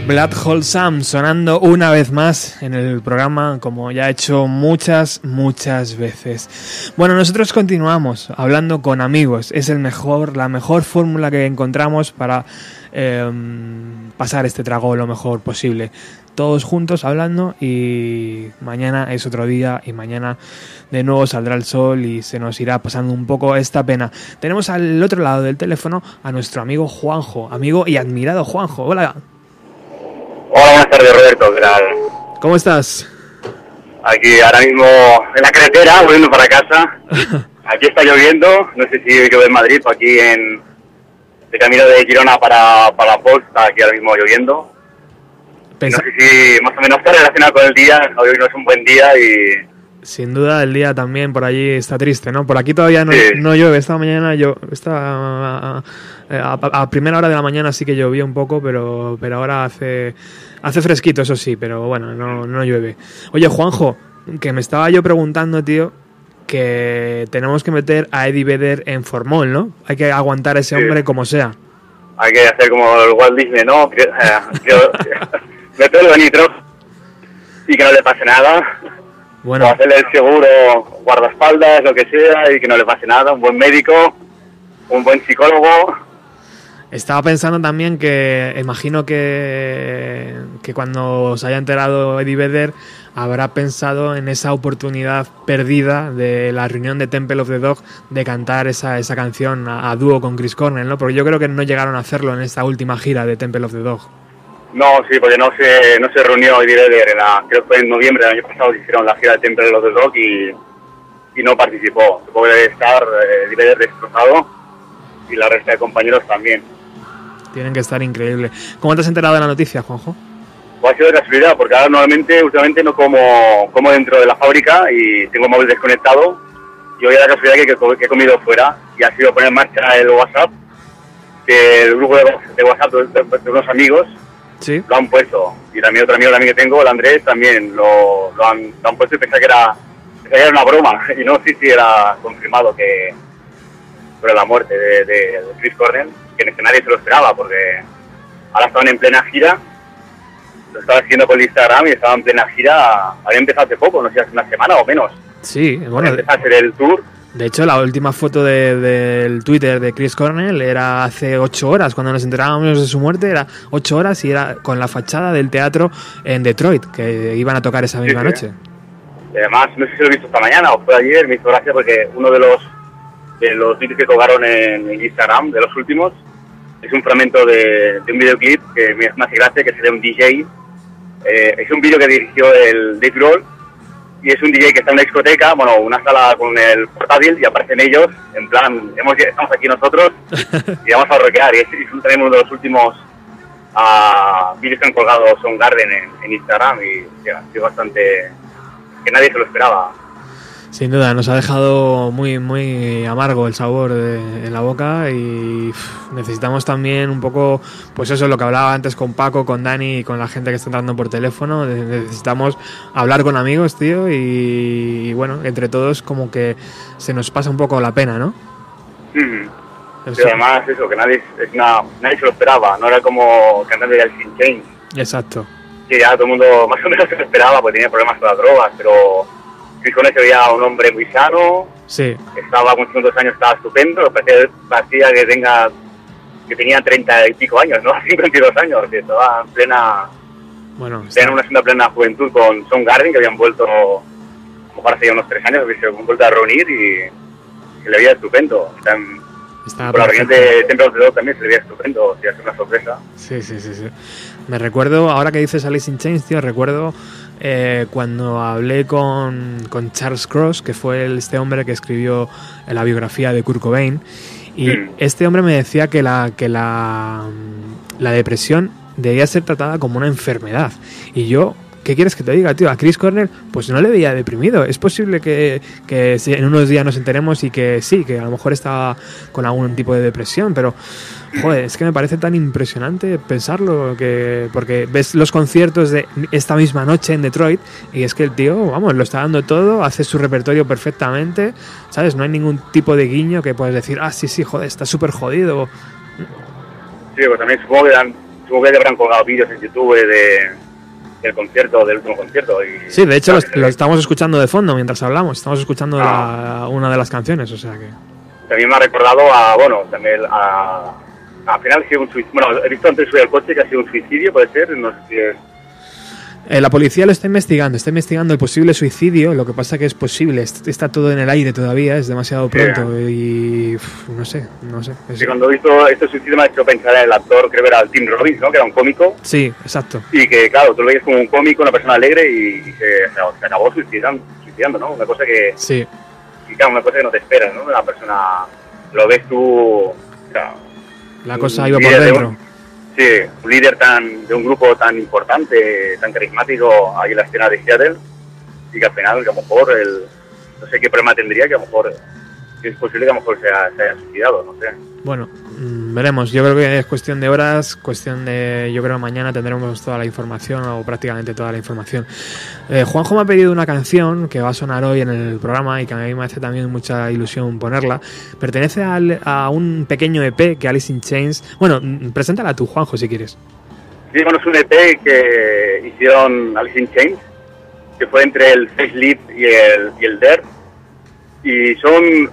Blood Hole Sam sonando una vez más en el programa, como ya he hecho muchas veces. Bueno, nosotros continuamos hablando con amigos. Es la mejor fórmula que encontramos para pasar este trago lo mejor posible. Todos juntos hablando, y mañana es otro día, y mañana de nuevo saldrá el sol y se nos irá pasando un poco esta pena. Tenemos al otro lado del teléfono a nuestro amigo Juanjo, amigo y admirado Juanjo. Hola. Hola, buenas tardes, Roberto. ¿Qué tal? ¿Cómo estás? Aquí ahora mismo en la carretera, volviendo para casa. Aquí está lloviendo, no sé si llueve en Madrid, o aquí de camino de Girona para Pol, está aquí ahora mismo lloviendo. No sé si más o menos está relacionado con el día, hoy no es un buen día y... Sin duda el día también por allí está triste, ¿no? Por aquí todavía no llueve. Esta mañana a primera hora de la mañana sí que llovía un poco, pero ahora hace fresquito, eso sí, pero bueno, no llueve. Oye, Juanjo, que me estaba yo preguntando, tío, que tenemos que meter a Eddie Vedder en formol, ¿no? Hay que aguantar a ese hombre como sea. Hay que hacer como el Walt Disney, ¿no? Meterlo en nitro y que no le pase nada. Bueno. O hacerle el seguro, guardaespaldas, lo que sea, y que no le pase nada. Un buen médico, un buen psicólogo. Estaba pensando también que imagino que cuando se haya enterado Eddie Vedder habrá pensado en esa oportunidad perdida de la reunión de Temple of the Dog de cantar esa canción a dúo con Chris Cornell, ¿no? Porque yo creo que no llegaron a hacerlo en esta última gira de Temple of the Dog. No, sí, porque no se reunió Eddie Vedder, creo que fue en noviembre del año pasado, hicieron la gira de Temple of the Dog y no participó. Supongo que debe estar Eddie Vedder destrozado y la resta de compañeros también. Tienen que estar increíbles. ¿Cómo te has enterado de la noticia, Juanjo? Pues ha sido de casualidad, porque ahora últimamente no como dentro de la fábrica y tengo el móvil desconectado, y hoy a la casualidad que he comido fuera y ha sido poner en marcha el WhatsApp, que el grupo de WhatsApp de unos amigos. Sí. Lo han puesto, y también otro amigo también que tengo, el Andrés, también lo han puesto, y pensaba que era una broma, y no sé si era confirmado que sobre la muerte de Chris Cornell, que nadie se lo esperaba, porque ahora estaban en plena gira, lo estaba siguiendo por el Instagram y estaban en plena gira, había empezado hace poco, no sé si hace una semana o menos. Sí, bueno. Empezó a hacer el tour. De hecho, la última foto del Twitter de Chris Cornell era hace 8 horas, cuando nos enterábamos de su muerte, era 8 horas y era con la fachada del teatro en Detroit, que iban a tocar esa misma noche. Y además, no sé si lo he visto esta mañana o fue ayer, me hizo gracia porque uno de los vídeos que colgaron en Instagram, de los últimos, es un fragmento de un videoclip que me hace gracia, que es de un DJ. Es un vídeo que dirigió el Dave Grohl, y es un DJ que está en una discoteca, bueno, una sala con el portátil, y aparecen ellos, en plan, estamos aquí nosotros, y vamos a rockear, y es también uno de los últimos vídeos que han colgado Soundgarden en Instagram, y ha sido bastante, que nadie se lo esperaba. Sin duda, nos ha dejado muy amargo el sabor en la boca, y necesitamos también un poco, pues eso es lo que hablaba antes con Paco, con Dani y con la gente que está entrando por teléfono. Necesitamos hablar con amigos, tío, y bueno, entre todos como que se nos pasa un poco la pena, ¿no? Y además eso, que nadie se lo esperaba, no era como cantante de Alice in Chains. Exacto. Que ya todo el mundo más o menos se lo esperaba, porque tenía problemas con las drogas, pero Chris Cornell se veía un hombre muy sano. Sí. Estaba con 52 años, estaba estupendo, parecía que tenía 30 y pico años, ¿no? 52 años, que estaba en plena... Bueno, tenían una segunda plena juventud con Soundgarden, que habían vuelto, como para hace ya unos 3 años, que se habían vuelto a reunir y se le veía estupendo. Por la reunión de Temple of the Dog también se le veía estupendo, si hace una sorpresa. Sí. Me recuerdo, ahora que dices Alice in Chains, tío, recuerdo cuando hablé con Charles Cross, que fue este hombre que escribió la biografía de Kurt Cobain, y este hombre me decía que la depresión debía ser tratada como una enfermedad, y yo, ¿qué quieres que te diga, tío? A Chris Cornell pues no le veía deprimido. Es posible que en unos días nos enteremos y que sí, que a lo mejor estaba con algún tipo de depresión, pero joder, es que me parece tan impresionante pensarlo, porque ves los conciertos de esta misma noche en Detroit y es que el tío, vamos, lo está dando todo, hace su repertorio perfectamente, ¿sabes? No hay ningún tipo de guiño que puedas decir, sí, joder, está súper jodido. Sí, pues también supongo que supongo que habrán colgado vídeos en YouTube del concierto, del último concierto. Y, sí, de hecho lo estamos escuchando de fondo mientras hablamos, estamos escuchando una de las canciones, o sea que... También me ha recordado al final ha sido un suicidio. Bueno, he visto antes de subir al coche que ha sido un suicidio, puede ser, no sé si es... La policía lo está investigando el posible suicidio, lo que pasa que es posible, está todo en el aire todavía, es demasiado pronto y no sé. Sí, cuando he visto este suicidio me ha hecho pensar en el actor, creo que era el Tim Robbins, ¿no? Que era un cómico. Sí, exacto. Y que, claro, tú lo veías como un cómico, una persona alegre y se acabó suicidando, ¿no? Una cosa que... Sí. Y claro, una cosa que no te esperas, ¿no? Una persona, lo ves tú... O sea, la cosa iba por dentro. Sí, un líder de un grupo tan importante, tan carismático ahí en la escena de Seattle, y que al final, que a lo mejor, no sé qué problema tendría, que a lo mejor es posible que a lo mejor se haya suicidado, no sé. Bueno, veremos. Yo creo que es cuestión de horas, yo creo que mañana tendremos toda la información, o prácticamente toda la información. Juanjo me ha pedido una canción que va a sonar hoy en el programa y que a mí me hace también mucha ilusión ponerla. Pertenece a un pequeño EP que Alice in Chains... Bueno, preséntala tú, Juanjo, si quieres. Sí, bueno, es un EP que hicieron Alice in Chains, que fue entre el Facelift y el Dirt, y son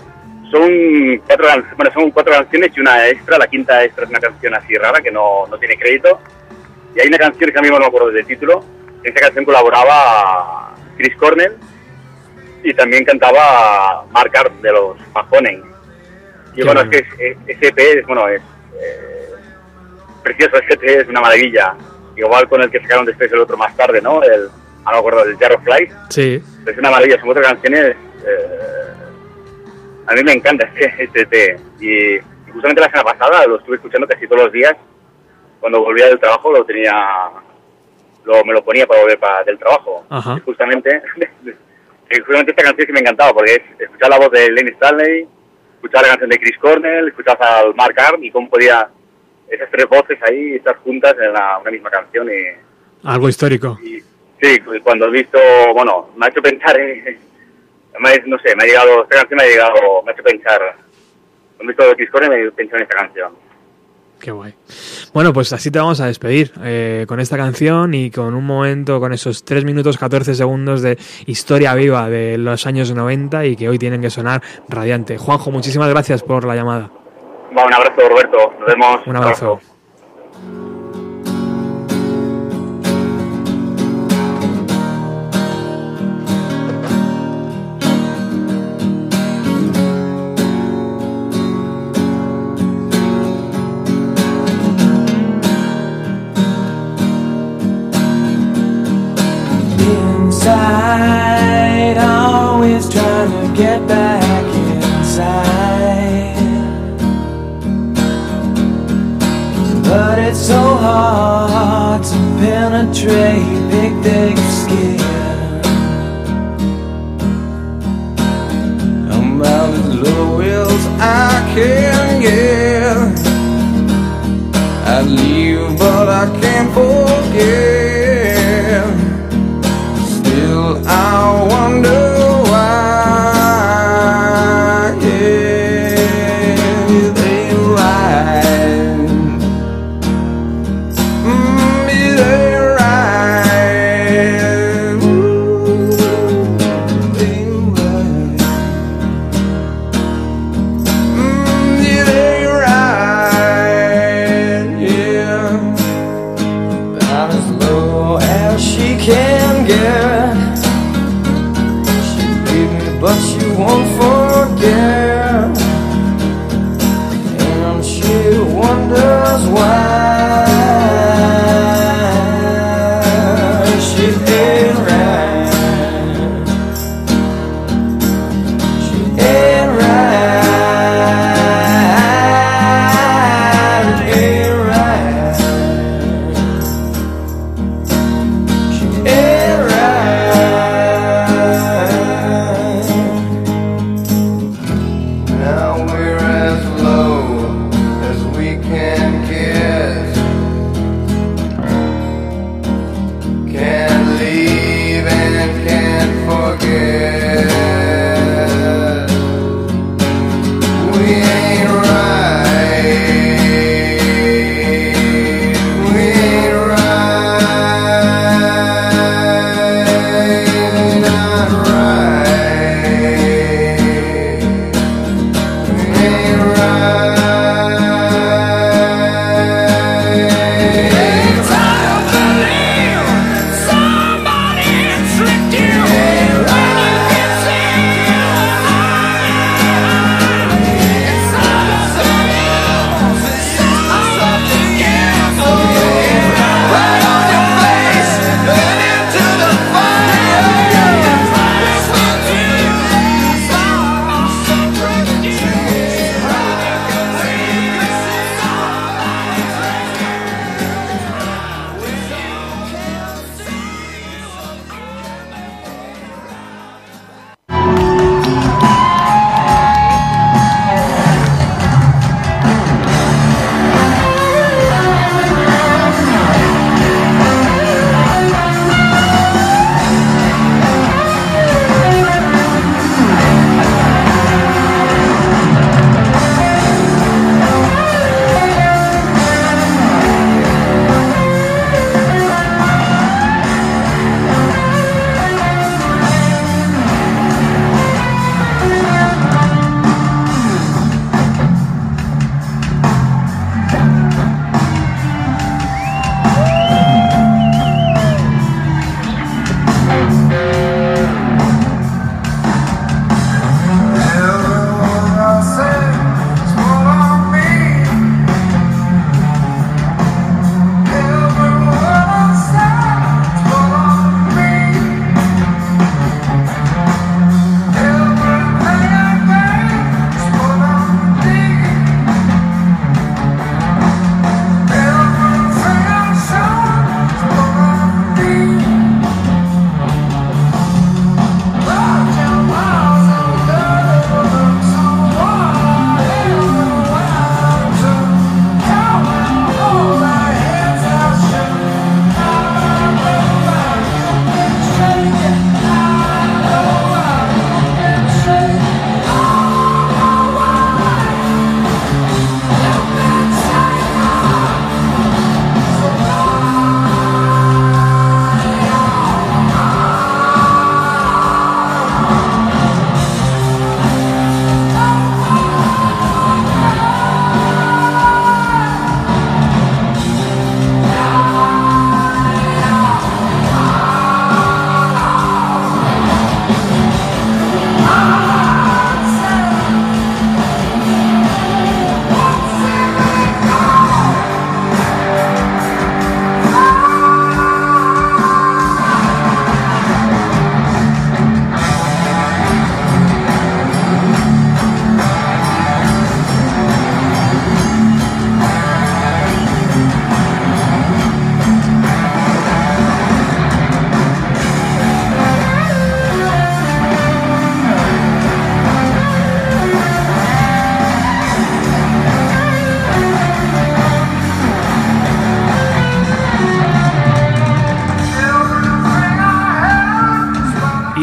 4 canciones y una extra. La quinta extra es una canción así rara que no tiene crédito, y hay una canción que a mí no me acuerdo del título. En esa canción colaboraba Chris Cornell y también cantaba Mark Hart de los Mahoning. Y bueno, es que ese EP es precioso, ese EP es una maravilla, igual con el que sacaron después el otro más tarde, ¿no? No me acuerdo, el Jar of Flies. Sí. Es una maravilla, son 4 canciones. A mí me encanta este EP, y justamente la semana pasada lo estuve escuchando casi todos los días. Cuando volvía del trabajo me lo ponía para volver del trabajo. Ajá. Y justamente esta canción que me encantaba, porque es escuchar la voz de Lenny Stanley, escuchar la canción de Chris Cornell, escuchar al Mark Hart, y cómo podía esas 3 voces ahí estar juntas en una misma canción. Algo histórico. Sí, cuando he visto, bueno, me ha hecho pensar no sé, esta canción me ha hecho pensar. Cuando he visto Chris Cornell me he pensado en esta canción. Qué guay. Bueno, pues así te vamos a despedir con esta canción y con un momento, con esos 3 minutos 14 segundos de historia viva de los años 90 y que hoy tienen que sonar radiante. Juanjo, muchísimas gracias por la llamada. Un abrazo, Roberto. Nos vemos. Un abrazo. Inside, always trying to get back inside, but it's so hard to penetrate big thick skin. I'm out as little wills I can get. I'd leave but I can't forget. I wonder why, yeah, it ain't right, it ain't right, ooh, it ain't right, it ain't right, yeah, I'm as low as she can get. But she won't forget, and she wonders why she ain't right, she ain't right, ain't right, she ain't right.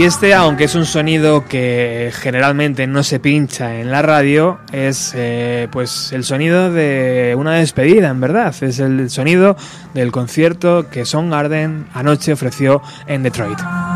Y este, aunque es un sonido que generalmente no se pincha en la radio, es pues el sonido de una despedida, en verdad. Es el sonido del concierto que Soundgarden anoche ofreció en Detroit.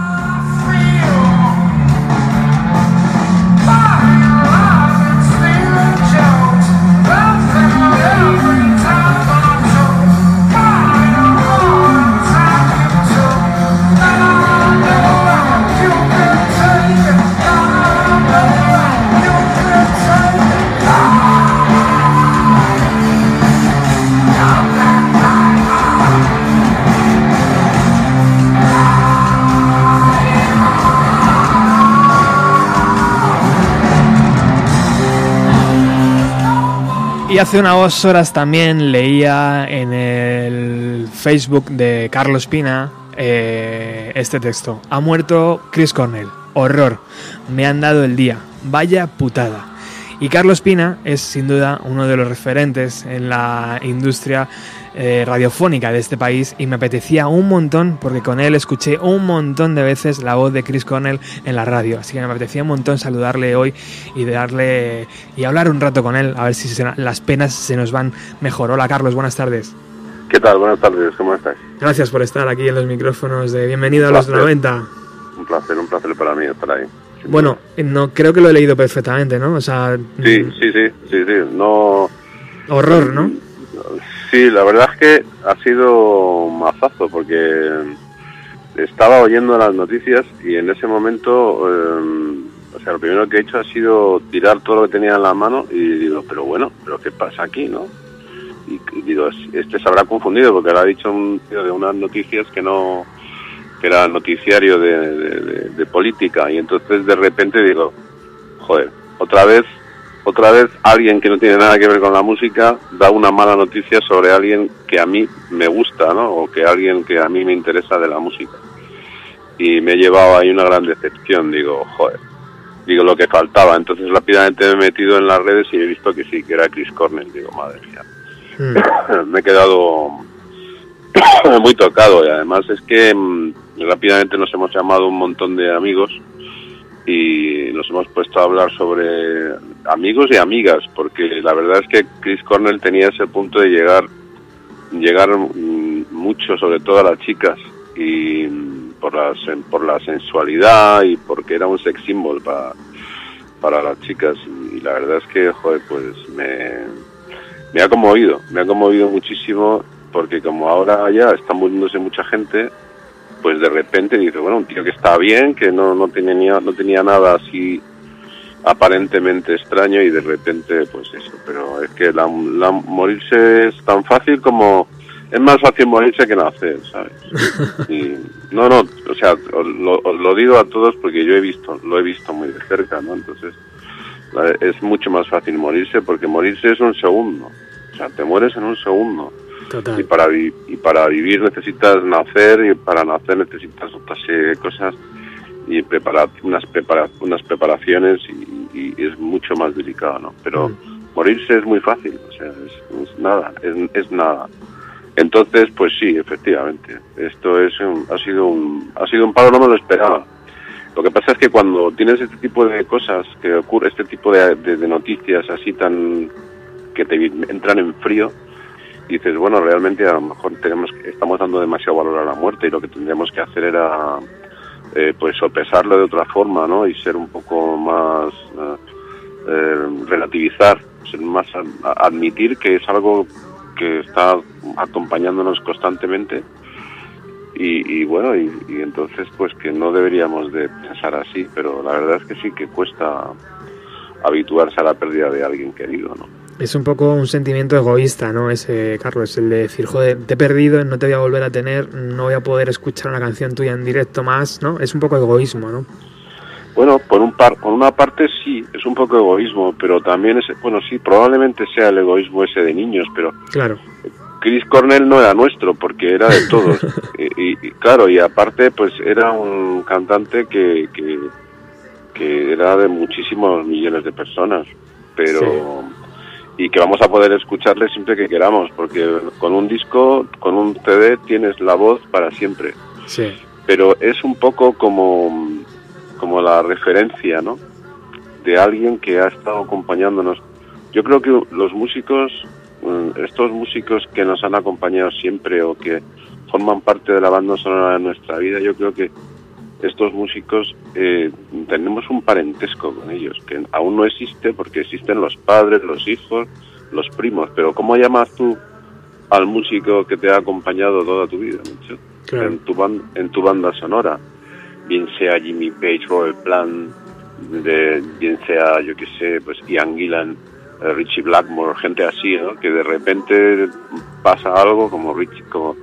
Y hace unas horas también leía en el Facebook de Carlos Pina este texto. Ha muerto Chris Cornell. Horror. Me han dado el día. Vaya putada. Y Carlos Pina es sin duda uno de los referentes en la industria radiofónica de este país, y me apetecía un montón, porque con él escuché un montón de veces la voz de Chris Cornell en la radio, así que me apetecía un montón saludarle hoy y hablar un rato con él, a ver si las penas se nos van mejor. Hola Carlos, buenas tardes. ¿Qué tal? Buenas tardes, ¿cómo estás? Gracias por estar aquí en los micrófonos de Bienvenido a los 90. Un placer para mí estar ahí. Bueno, no creo que lo he leído perfectamente, ¿no? O sea, sí, no... Horror, ¿no? Sí, la verdad es que ha sido mazazo, porque estaba oyendo las noticias y en ese momento, lo primero que he hecho ha sido tirar todo lo que tenía en la mano y digo, pero ¿qué pasa aquí, no? Y digo, este se habrá confundido porque le ha dicho un tío de unas noticias que era noticiario de política, y entonces de repente digo, joder, otra vez alguien que no tiene nada que ver con la música da una mala noticia sobre alguien que a mí me gusta, ¿no? O que alguien que a mí me interesa de la música. Y me he llevado ahí una gran decepción, digo, joder, lo que faltaba. Entonces rápidamente me he metido en las redes y he visto que sí, que era Chris Cornell. Digo, madre mía. Me he quedado muy tocado, y además es que rápidamente nos hemos llamado un montón de amigos y nos hemos puesto a hablar sobre amigos y amigas, porque la verdad es que Chris Cornell tenía ese punto de llegar mucho, sobre todo a las chicas, y por la sensualidad y porque era un sex symbol para las chicas, y la verdad es que, joder, pues me ha conmovido muchísimo, porque como ahora ya está muriéndose mucha gente, pues de repente dice, bueno, un tío que está bien, que no tenía nada así aparentemente extraño, y de repente pues eso. Pero es que morirse es tan fácil como... Es más fácil morirse que nacer, ¿sabes? Y o sea, os lo digo a todos porque yo lo he visto muy de cerca, ¿no? Entonces es mucho más fácil morirse, porque morirse es un segundo. O sea, te mueres en un segundo. Total. Y para vivir necesitas nacer, y para nacer necesitas otras cosas, y preparar unas preparaciones, y es mucho más delicado, ¿no? Pero morirse es muy fácil, o sea, es nada. Entonces, pues sí, efectivamente, esto ha sido un palo, no me lo esperaba. Lo que pasa es que cuando tienes este tipo de cosas que ocurre, este tipo de noticias así tan que te entran en frío, dices, bueno, realmente a lo mejor estamos dando demasiado valor a la muerte, y lo que tendríamos que hacer era pues sopesarlo de otra forma, ¿no? Y ser un poco más relativizar, ser más admitir que es algo que está acompañándonos constantemente, y bueno, y entonces pues que no deberíamos de pensar así, pero la verdad es que sí que cuesta habituarse a la pérdida de alguien querido, ¿no? Es un poco un sentimiento egoísta, ¿no? Ese, Carlos, el de decir, joder, te he perdido, no te voy a volver a tener, no voy a poder escuchar una canción tuya en directo más, ¿no? Es un poco egoísmo, ¿no? Bueno, por una parte sí, es un poco egoísmo, pero también sí, probablemente sea el egoísmo ese de niños, pero claro, Chris Cornell no era nuestro, porque era de todos. y claro, y aparte pues era un cantante que era de muchísimos millones de personas, pero... Sí. Y que vamos a poder escucharle siempre que queramos, porque con un disco, con un CD, tienes la voz para siempre. Sí. Pero es un poco como como la referencia, ¿no? De alguien que ha estado acompañándonos. Yo creo que los músicos, estos músicos que nos han acompañado siempre o que forman parte de la banda sonora de nuestra vida, yo creo que estos músicos tenemos un parentesco con ellos, que aún no existe porque existen los padres, los hijos, los primos, pero ¿cómo llamas tú al músico que te ha acompañado toda tu vida, ¿no? Claro. En tu banda sonora, bien sea Jimmy Page, Robert Plant, bien sea, yo qué sé, pues Ian Gillan, Richie Blackmore, gente así, ¿no? Que de repente pasa algo como Richie,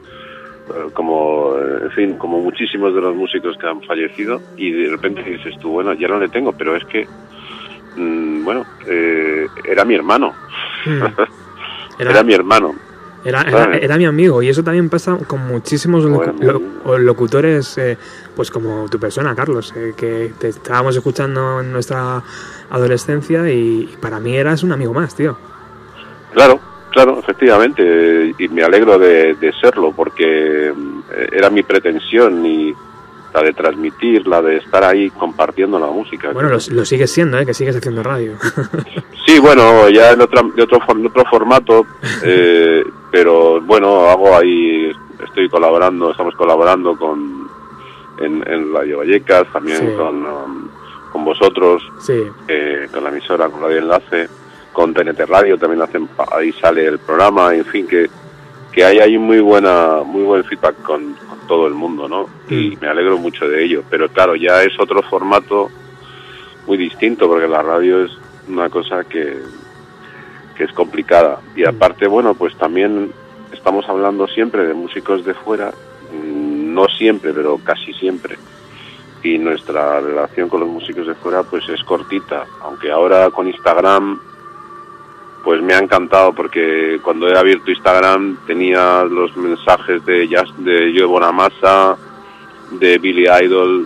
en fin, como muchísimos de los músicos que han fallecido, y de repente dices tú, bueno, ya no le tengo, pero es que era mi hermano. Era mi hermano. Era mi amigo, y eso también pasa con muchísimos locutores, pues como tu persona, Carlos, que te estábamos escuchando en nuestra adolescencia y para mí eras un amigo más, tío. Claro, efectivamente, y me alegro de serlo, porque era mi pretensión, y la de transmitir, la de estar ahí compartiendo la música. Bueno, lo sigues siendo, que sigues haciendo radio. Sí, bueno, ya en otro formato, pero bueno, estamos colaborando en Radio Vallecas, también sí. Con vosotros, sí. Con la emisora, con Radio Enlace, con TNT Radio también ahí sale el programa, en fin, que hay muy buen feedback con todo el mundo, ¿no? Y me alegro mucho de ello, pero claro, ya es otro formato muy distinto, porque la radio es una cosa que es complicada, y aparte, bueno, pues también estamos hablando siempre de músicos de fuera, no siempre, pero casi siempre, y nuestra relación con los músicos de fuera pues es cortita, aunque ahora con Instagram pues me ha encantado, porque cuando he abierto Instagram tenía los mensajes de Joe Bonamassa, de Billy Idol,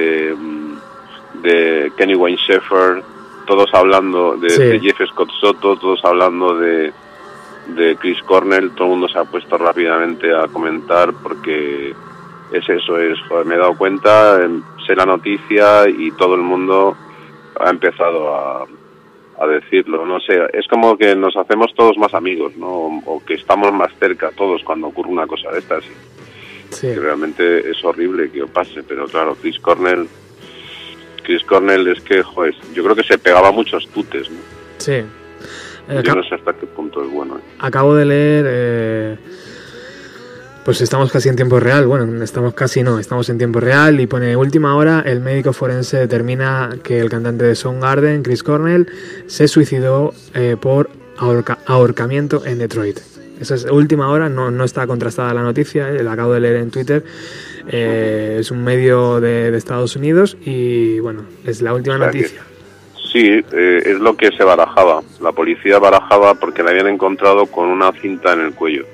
de Kenny Wayne Shepherd, todos hablando de Jeff Scott Soto, todos hablando de Chris Cornell. Todo el mundo se ha puesto rápidamente a comentar, porque me he dado cuenta, sé la noticia y todo el mundo ha empezado a decirlo, no sé, es como que nos hacemos todos más amigos, ¿no? O que estamos más cerca todos cuando ocurre una cosa de estas. Sí. Que realmente es horrible que pase, pero claro, Chris Cornell es que, joder, yo creo que se pegaba muchos tutes, ¿no? Sí. Yo no sé hasta qué punto es bueno. Acabo de leer... Pues estamos casi en tiempo real, estamos en tiempo real, y pone: última hora, el médico forense determina que el cantante de Soundgarden, Chris Cornell, se suicidó por ahorcamiento en Detroit. Esa es última hora, no está contrastada la noticia, la acabo de leer en Twitter, es un medio de Estados Unidos, y bueno, es la última noticia. Sí, es lo que se barajaba, la policía barajaba porque la habían encontrado con una cinta en el cuello.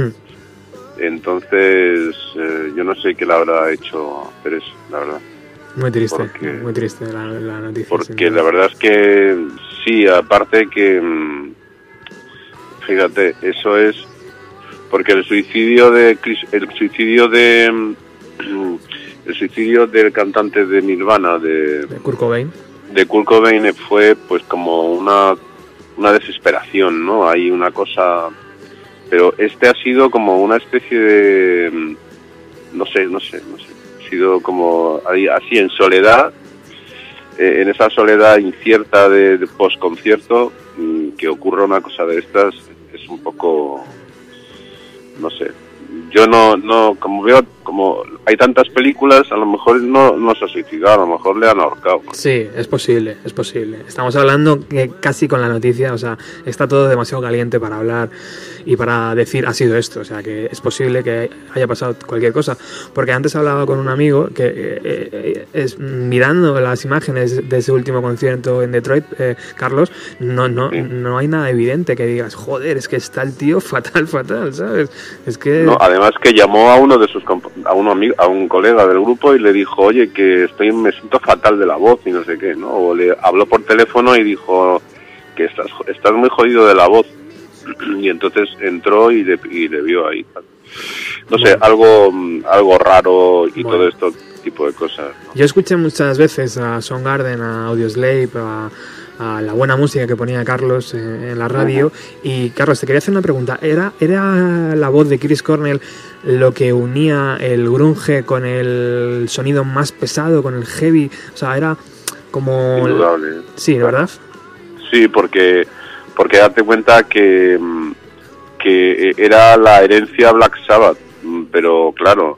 Entonces, yo no sé qué le habrá hecho hacer eso, la verdad. Muy triste la noticia. Porque la verdad es que sí, aparte que, fíjate, eso es porque el suicidio del cantante de Nirvana, de Kurt Cobain. De Kurt Cobain fue pues como una desesperación, ¿no? Hay una cosa. Pero ha sido como una especie de... No sé. Ha sido como así en soledad, en esa soledad incierta de post-concierto, que ocurra una cosa de estas, es un poco... No sé. Yo no como veo, como hay tantas películas, a lo mejor no se ha suicidado, a lo mejor le han ahorcado. Sí, es posible. Estamos hablando que casi con la noticia, o sea, está todo demasiado caliente para hablar y para decir ha sido esto, o sea, que es posible que haya pasado cualquier cosa, porque antes hablaba con un amigo que mirando las imágenes de ese último concierto en Detroit, Carlos, no hay nada evidente que digas, joder, es que está el tío fatal, ¿sabes? Es que... No, además que llamó a uno de sus a un colega del grupo y le dijo, oye, que me siento fatal de la voz y no sé qué, ¿no? O le habló por teléfono y dijo que estás muy jodido de la voz. Y entonces entró y le vio ahí. No sé, algo raro y todo esto tipo de cosas, ¿no? Yo escuché muchas veces a Soundgarden, a Audioslave, a la buena música que ponía Carlos en la radio. Y Carlos, te quería hacer una pregunta. ¿Era la voz de Chris Cornell lo que unía el grunge con el sonido más pesado, con el heavy? O sea, era como... Indudable. Sí, ¿de verdad? Sí, porque date cuenta que era la herencia Black Sabbath, pero claro,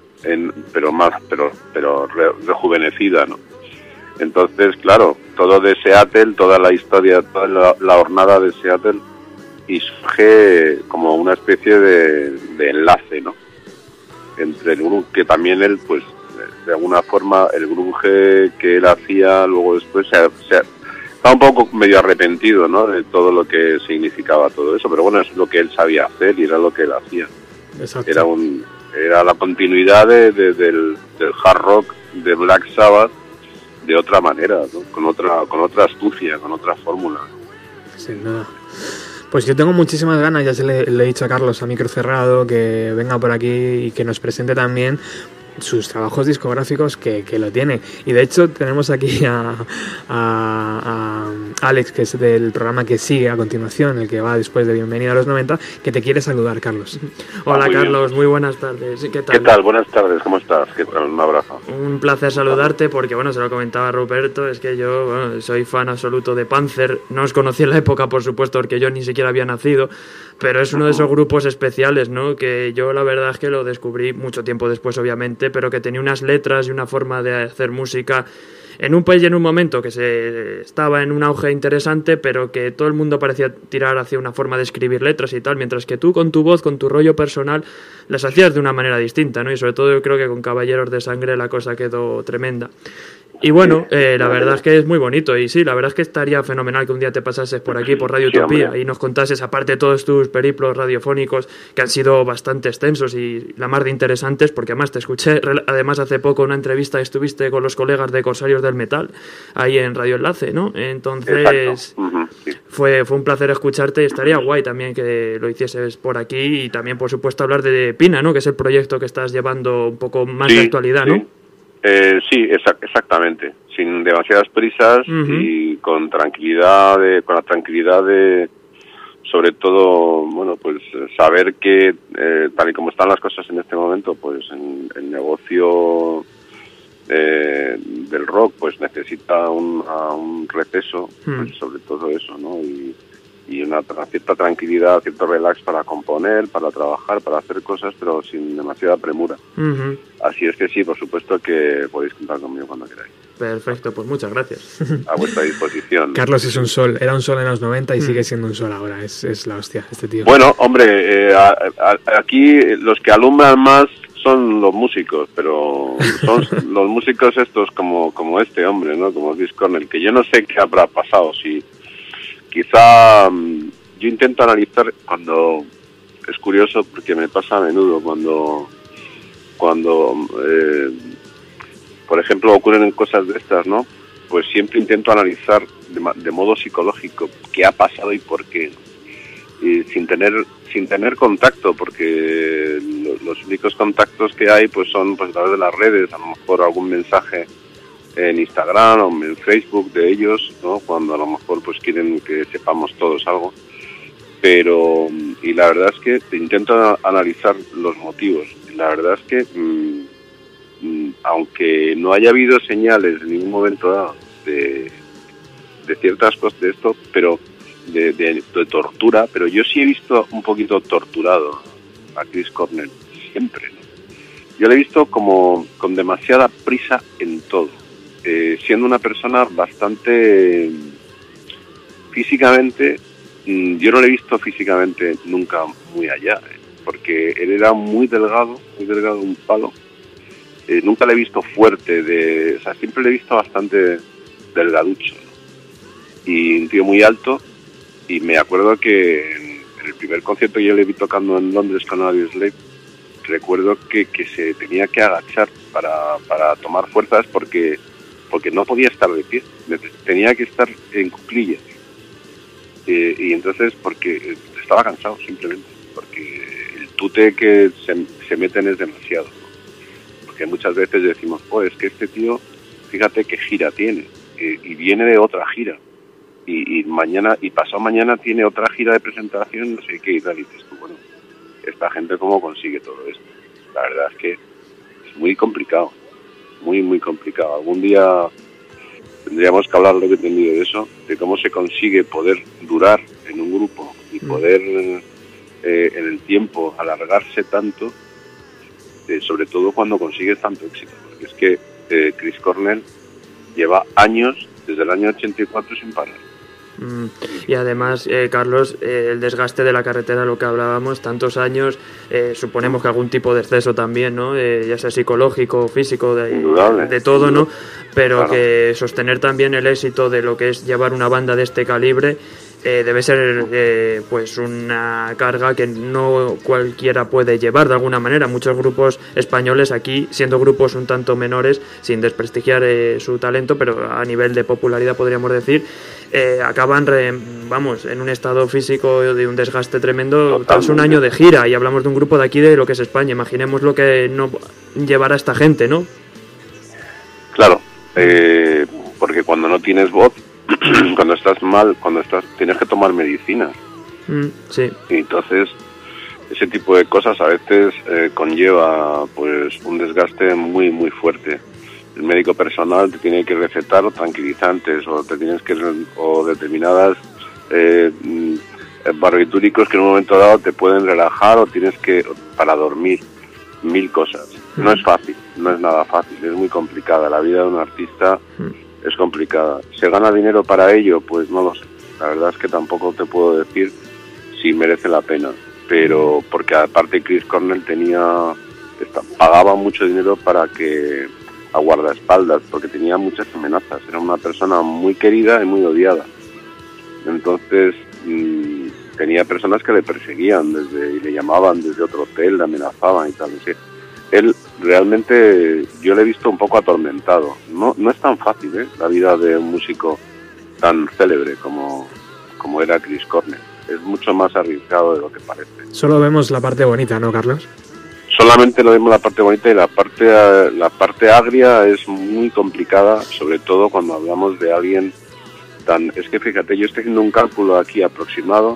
pero rejuvenecida, ¿no? Entonces, claro, todo de Seattle, toda la historia, toda la hornada de Seattle, y surge como una especie de enlace, ¿no? Entre el grunge, que también él, pues, de alguna forma, el grunge que él hacía, luego después estaba un poco medio arrepentido, ¿no? De todo lo que significaba todo eso, pero bueno, es lo que él sabía hacer y era lo que él hacía. Exacto. Era la continuidad del hard rock de Black Sabbath de otra manera, ¿no? Con otra astucia, con otra fórmula. Sin duda. Pues yo tengo muchísimas ganas, ya le he dicho a Carlos a micro cerrado que venga por aquí y que nos presente también sus trabajos discográficos que lo tiene. Y de hecho tenemos aquí a Alex, que es del programa que sigue a continuación, el que va después de Bienvenido a los 90, que te quiere saludar, Carlos. Hola, Carlos, muy buenas tardes. ¿Qué tal? ¿Qué tal? Buenas tardes, ¿cómo estás? ¿Qué tal? Un abrazo. Un placer saludarte porque, bueno, se lo comentaba Ruperto, es que yo, bueno, soy fan absoluto de Panzer. No os conocí en la época, por supuesto, porque yo ni siquiera había nacido, pero es uno de esos grupos especiales, ¿no? Que yo la verdad es que lo descubrí mucho tiempo después, obviamente, pero que tenía unas letras y una forma de hacer música en un país y en un momento que se estaba en un auge interesante, pero que todo el mundo parecía tirar hacia una forma de escribir letras y tal, mientras que tú con tu voz, con tu rollo personal, las hacías de una manera distinta, ¿no? Y sobre todo yo creo que con Caballeros de Sangre la cosa quedó tremenda. Y bueno, la verdad es que es muy bonito y sí, la verdad es que estaría fenomenal que un día te pasases por aquí, por Radio Utopía, y nos contases, aparte de todos tus periplos radiofónicos, que han sido bastante extensos y la más de interesantes, porque además te escuché, además hace poco una entrevista que estuviste con los colegas de Corsarios del Metal, ahí en Radio Enlace, ¿no? Entonces fue un placer escucharte y estaría guay también que lo hicieses por aquí y también, por supuesto, hablar de Pina, ¿no? Que es el proyecto que estás llevando un poco más de actualidad, ¿no? Sí, exactamente, sin demasiadas prisas y con tranquilidad, con la tranquilidad de, sobre todo, bueno, pues saber que tal y como están las cosas en este momento, pues en el negocio del rock, pues necesita un receso, pues sobre todo eso, ¿no? Y una cierta tranquilidad, cierto relax para componer, para trabajar, para hacer cosas, pero sin demasiada premura. Así es que sí, por supuesto que podéis contar conmigo cuando queráis. Perfecto, pues muchas gracias. A vuestra disposición. Carlos es un sol, era un sol en los 90 y sigue siendo un sol ahora, es la hostia este tío. Bueno, hombre, aquí los que alumbran más son los músicos, pero son los músicos estos como este hombre, ¿no? Como Chris Cornell, que yo no sé qué habrá pasado, si quizá yo intento analizar cuando es curioso porque me pasa a menudo cuando por ejemplo ocurren cosas de estas, ¿no? Pues siempre intento analizar de modo psicológico qué ha pasado y por qué, y sin tener contacto, porque los únicos contactos que hay pues son pues a través de las redes, a lo mejor algún mensaje en Instagram o en Facebook de ellos, ¿no? Cuando a lo mejor pues quieren que sepamos todos algo, pero y la verdad es que te intento analizar los motivos. La verdad es que aunque no haya habido señales en ningún momento dado de ciertas cosas de esto, pero de tortura, pero yo sí he visto un poquito torturado a Chris Cornell siempre, ¿no? Yo lo he visto como con demasiada prisa en todo. Siendo una persona bastante físicamente, yo no lo he visto físicamente nunca muy allá, porque él era muy delgado, un palo. Nunca le he visto fuerte, o sea, siempre le he visto bastante delgaducho, ¿no? Y un tío muy alto, y me acuerdo que en el primer concierto que yo le vi tocando en Londres con Audioslave, recuerdo que se tenía que agachar para tomar fuerzas porque no podía estar de pie, tenía que estar en cuclillas. Y entonces, porque estaba cansado simplemente, porque el tute que se meten es demasiado, ¿no? porque muchas veces decimos, pues es que este tío, fíjate qué gira tiene, y viene de otra gira, y mañana y pasado mañana tiene otra gira de presentación, no sé qué, y tal, y dices tú, bueno, esta gente cómo consigue todo esto. La verdad es que es muy complicado, muy, muy complicado. Algún día tendríamos que hablar lo que he entendido de eso, de cómo se consigue poder durar en un grupo y poder en el tiempo alargarse tanto, sobre todo cuando consigues tanto éxito. Porque es que Chris Cornell lleva años, desde el año 84, sin parar. Y además, Carlos, el desgaste de la carretera, lo que hablábamos, tantos años, suponemos que algún tipo de exceso también, ¿no? Ya sea psicológico, físico, de todo, ¿no? Pero claro, que sostener también el éxito de lo que es llevar una banda de este calibre debe ser pues una carga que no cualquiera puede llevar de alguna manera. Muchos grupos españoles aquí, siendo grupos un tanto menores, sin desprestigiar su talento, pero a nivel de popularidad podríamos decir, acaban en un estado físico de un desgaste tremendo tras un año de gira, y hablamos de un grupo de aquí de lo que es España. Imaginemos lo que no llevará esta gente, ¿no? Claro, porque cuando no tienes voz, cuando estás mal, tienes que tomar medicinas. Sí. Y entonces ese tipo de cosas a veces conlleva pues un desgaste muy, muy fuerte. El médico personal te tiene que recetar tranquilizantes o determinadas barbitúricos que en un momento dado te pueden relajar, o tienes que, para dormir, 1000 cosas. No es fácil, no es nada fácil, es muy complicada. La vida de un artista es complicada. ¿Se gana dinero para ello? Pues no lo sé. La verdad es que tampoco te puedo decir si merece la pena. Pero porque aparte Chris Cornell pagaba mucho dinero a guardaespaldas, porque tenía muchas amenazas. Era una persona muy querida y muy odiada. Entonces tenía personas que le perseguían y le llamaban desde otro hotel, le amenazaban y tal. Él realmente, yo le he visto un poco atormentado. No es tan fácil, la vida de un músico tan célebre como era Chris Cornell. Es mucho más arriesgado de lo que parece. Solo vemos la parte bonita, ¿no, Carlos? Solamente lo vemos la parte bonita, y la parte agria es muy complicada, sobre todo cuando hablamos de alguien tan... Es que fíjate, yo estoy haciendo un cálculo aquí aproximado,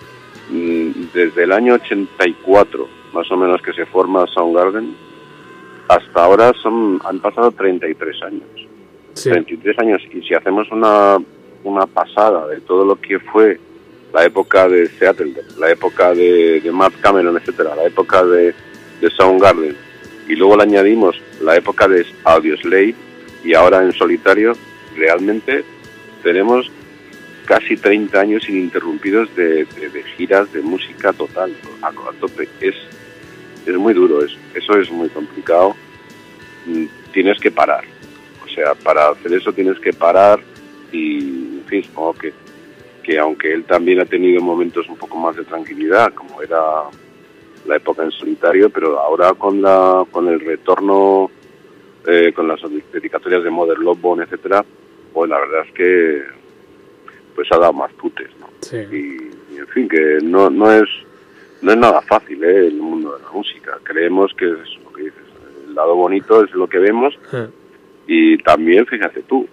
desde el año 84, más o menos, que se forma Soundgarden, hasta ahora han pasado 33 años. Sí. 33 años, y si hacemos una pasada de todo lo que fue la época de Seattle, la época de Matt Cameron, etcétera, la época de Soundgarden, y luego le añadimos la época de Audioslave y ahora en solitario, realmente tenemos casi 30 años ininterrumpidos de giras de música total, a tope. Es muy duro eso. Eso es muy complicado. Tienes que parar. O sea, para hacer eso tienes que parar, y en fin, supongo que aunque él también ha tenido momentos un poco más de tranquilidad, como era la época en solitario, pero ahora con el retorno, con las dedicatorias de Mother Love Bone, etcétera, pues la verdad es que pues ha dado más putes, ¿no? Sí. Y en fin, que no es nada fácil, el mundo de la música. Creemos que es lo que dices, el lado bonito es lo que vemos. Y también, fíjate tú,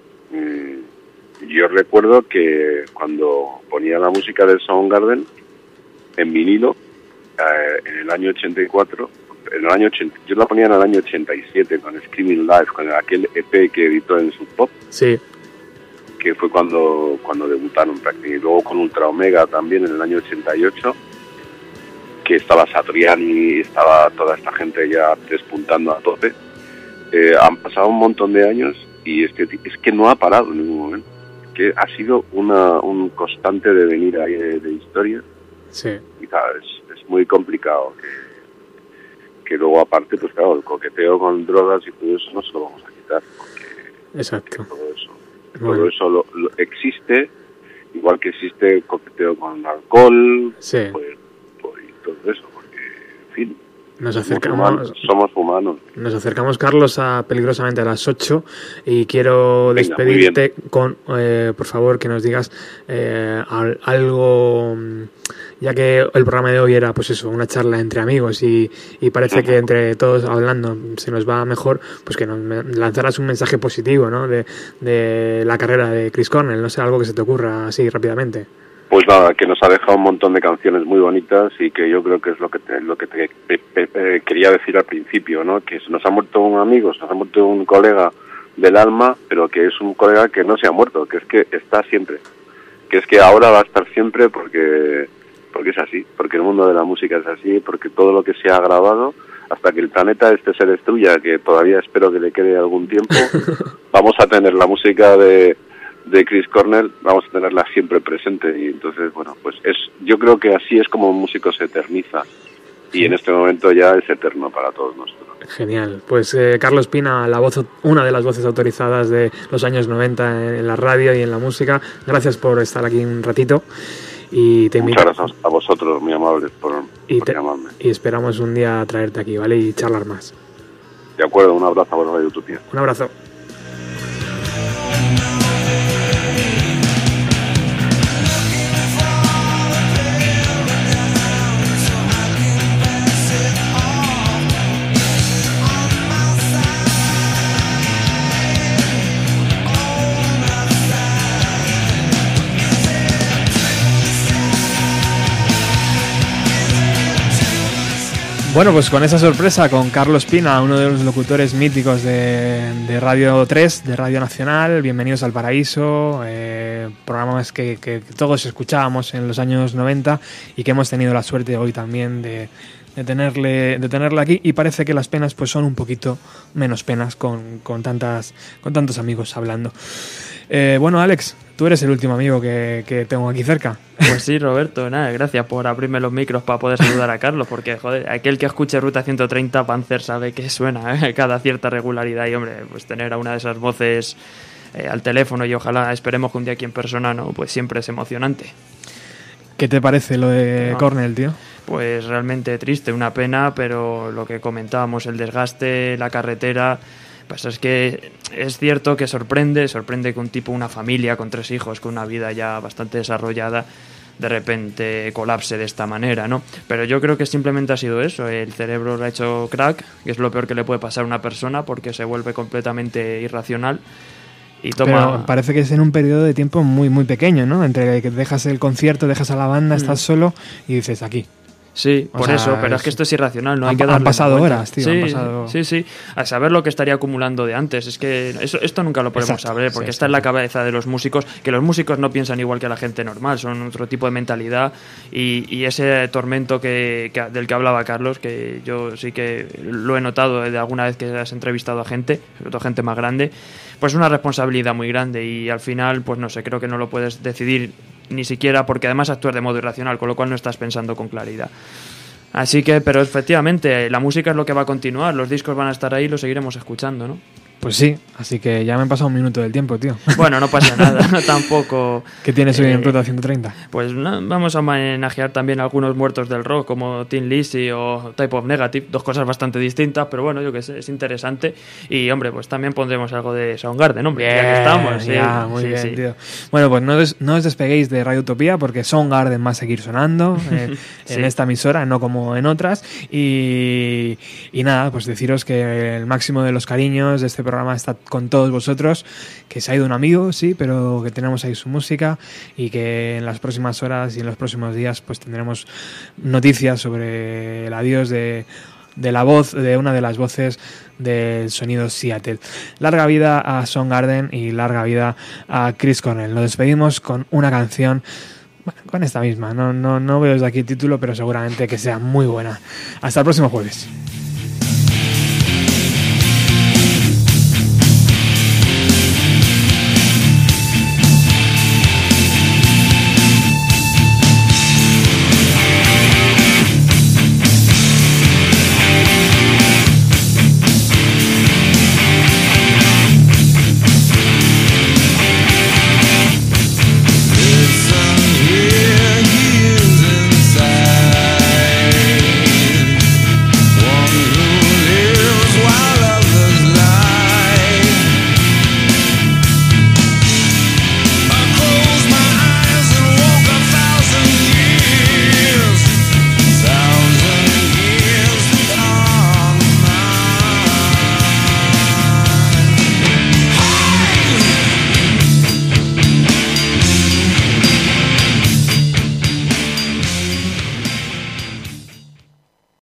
yo recuerdo que cuando ponía la música de Soundgarden en vinilo, en el año 84, yo la ponía en el año 87 con Screaming Live, con aquel EP que editó en Sub Pop. Sí. Que fue cuando debutaron prácticamente. Y luego con Ultra Omega también en el año 88, que estaba Satriani, estaba toda esta gente ya despuntando a tope. Han pasado un montón de años y es que no ha parado en ningún momento. Que ha sido un constante devenir ahí de historia. Sí. Y claro, es muy complicado que luego, aparte, pues claro, el coqueteo con drogas y todo eso no se lo vamos a quitar, Exacto. Todo eso existe, igual que existe coqueteo con alcohol, sí. pues y todo eso, porque, en fin, Nos acercamos, somos humanos. Nos acercamos, Carlos, a peligrosamente a las 8 y quiero Venga, despedirte con, por favor, que nos digas algo, ya que el programa de hoy era, pues eso, una charla entre amigos y parece que entre todos hablando se nos va mejor, pues que nos lanzaras un mensaje positivo, ¿no? de la carrera de Chris Cornell, no sé, algo que se te ocurra así rápidamente. Pues nada, que nos ha dejado un montón de canciones muy bonitas y que yo creo que es lo que te quería decir al principio, ¿no? Que nos ha muerto un amigo, nos ha muerto un colega del alma, pero que es un colega que no se ha muerto, que es que está siempre, que es que ahora va a estar siempre porque es así, porque el mundo de la música es así, porque todo lo que se ha grabado, hasta que el planeta se destruya, que todavía espero que le quede algún tiempo, vamos a tener la música de Chris Cornell, vamos a tenerla siempre presente y entonces, bueno, pues yo creo que así es como un músico se eterniza y en este momento ya es eterno para todos nosotros. Genial, pues Carlos Pina, una de las voces autorizadas de los años 90 en la radio y en la música, gracias por estar aquí un ratito y te invito. Muchas gracias a vosotros, muy amables por llamarme. Y esperamos un día traerte aquí, ¿vale? Y charlar más. De acuerdo, un abrazo a vos, Radio Utopía. Un abrazo. Bueno, pues con esa sorpresa, con Carlos Pina, uno de los locutores míticos de Radio 3, de Radio Nacional, Bienvenidos al Paraíso, programas que todos escuchábamos en los años 90 y que hemos tenido la suerte hoy también de tenerle aquí, y parece que las penas pues son un poquito menos penas con tantos amigos hablando. Bueno, Alex, tú eres el último amigo que tengo aquí cerca. Pues sí, Roberto, nada, gracias por abrirme los micros para poder saludar a Carlos, porque, joder, aquel que escuche Ruta 130 Panzer sabe que suena cada cierta regularidad y, hombre, pues tener a una de esas voces al teléfono y ojalá esperemos que un día aquí en persona, ¿no? Pues siempre es emocionante. ¿Qué te parece lo de Cornell, tío? Pues realmente triste, una pena, pero lo que comentábamos, el desgaste, la carretera, pues es que es cierto que sorprende que un tipo, una familia con 3 hijos, con una vida ya bastante desarrollada, de repente colapse de esta manera, ¿no? Pero yo creo que simplemente ha sido eso, el cerebro le ha hecho crack, que es lo peor que le puede pasar a una persona porque se vuelve completamente irracional. Y Pero parece que es en un periodo de tiempo muy muy pequeño, ¿no? Entre que dejas el concierto, dejas a la banda, estás solo y dices aquí. Sí, por eso, pero es que esto es irracional, no hay que darle. Han pasado horas, tío. Sí, a saber lo que estaría acumulando de antes. Es que esto nunca lo podemos saber, porque está en la cabeza de los músicos, que los músicos no piensan igual que la gente normal, son otro tipo de mentalidad y ese tormento del que hablaba Carlos, que yo sí que lo he notado de alguna vez que has entrevistado a gente, sobre todo gente más grande, pues una responsabilidad muy grande y al final, pues no sé, creo que no lo puedes decidir ni siquiera porque además actúas de modo irracional, con lo cual no estás pensando con claridad. Así que, pero efectivamente, la música es lo que va a continuar, los discos van a estar ahí, los seguiremos escuchando, ¿no? Pues sí, así que ya me he pasado un minuto del tiempo, tío. Bueno, no pasa nada, tampoco... ¿Qué tienes hoy en Ruta 130? Pues vamos a homenajear también a algunos muertos del rock, como Tin Lizzy o Type of Negative, 2 cosas bastante distintas, pero bueno, yo que sé, es interesante. Y, hombre, pues también pondremos algo de Soundgarden, hombre, ya que estamos. Ya, muy bien, tío. Bueno, pues no os despeguéis de Radio Utopía, porque Soundgarden va a seguir sonando en esta emisora, no como en otras. Y nada, pues deciros que el máximo de los cariños de este programa está con todos vosotros, que se ha ido un amigo, sí, pero que tenemos ahí su música y que en las próximas horas y en los próximos días pues tendremos noticias sobre el adiós de la voz, de una de las voces del sonido Seattle. Larga vida a Soundgarden y larga vida a Chris Cornell. Nos despedimos con una canción, bueno, con esta misma, no veo desde aquí el título, pero seguramente que sea muy buena. Hasta el próximo jueves.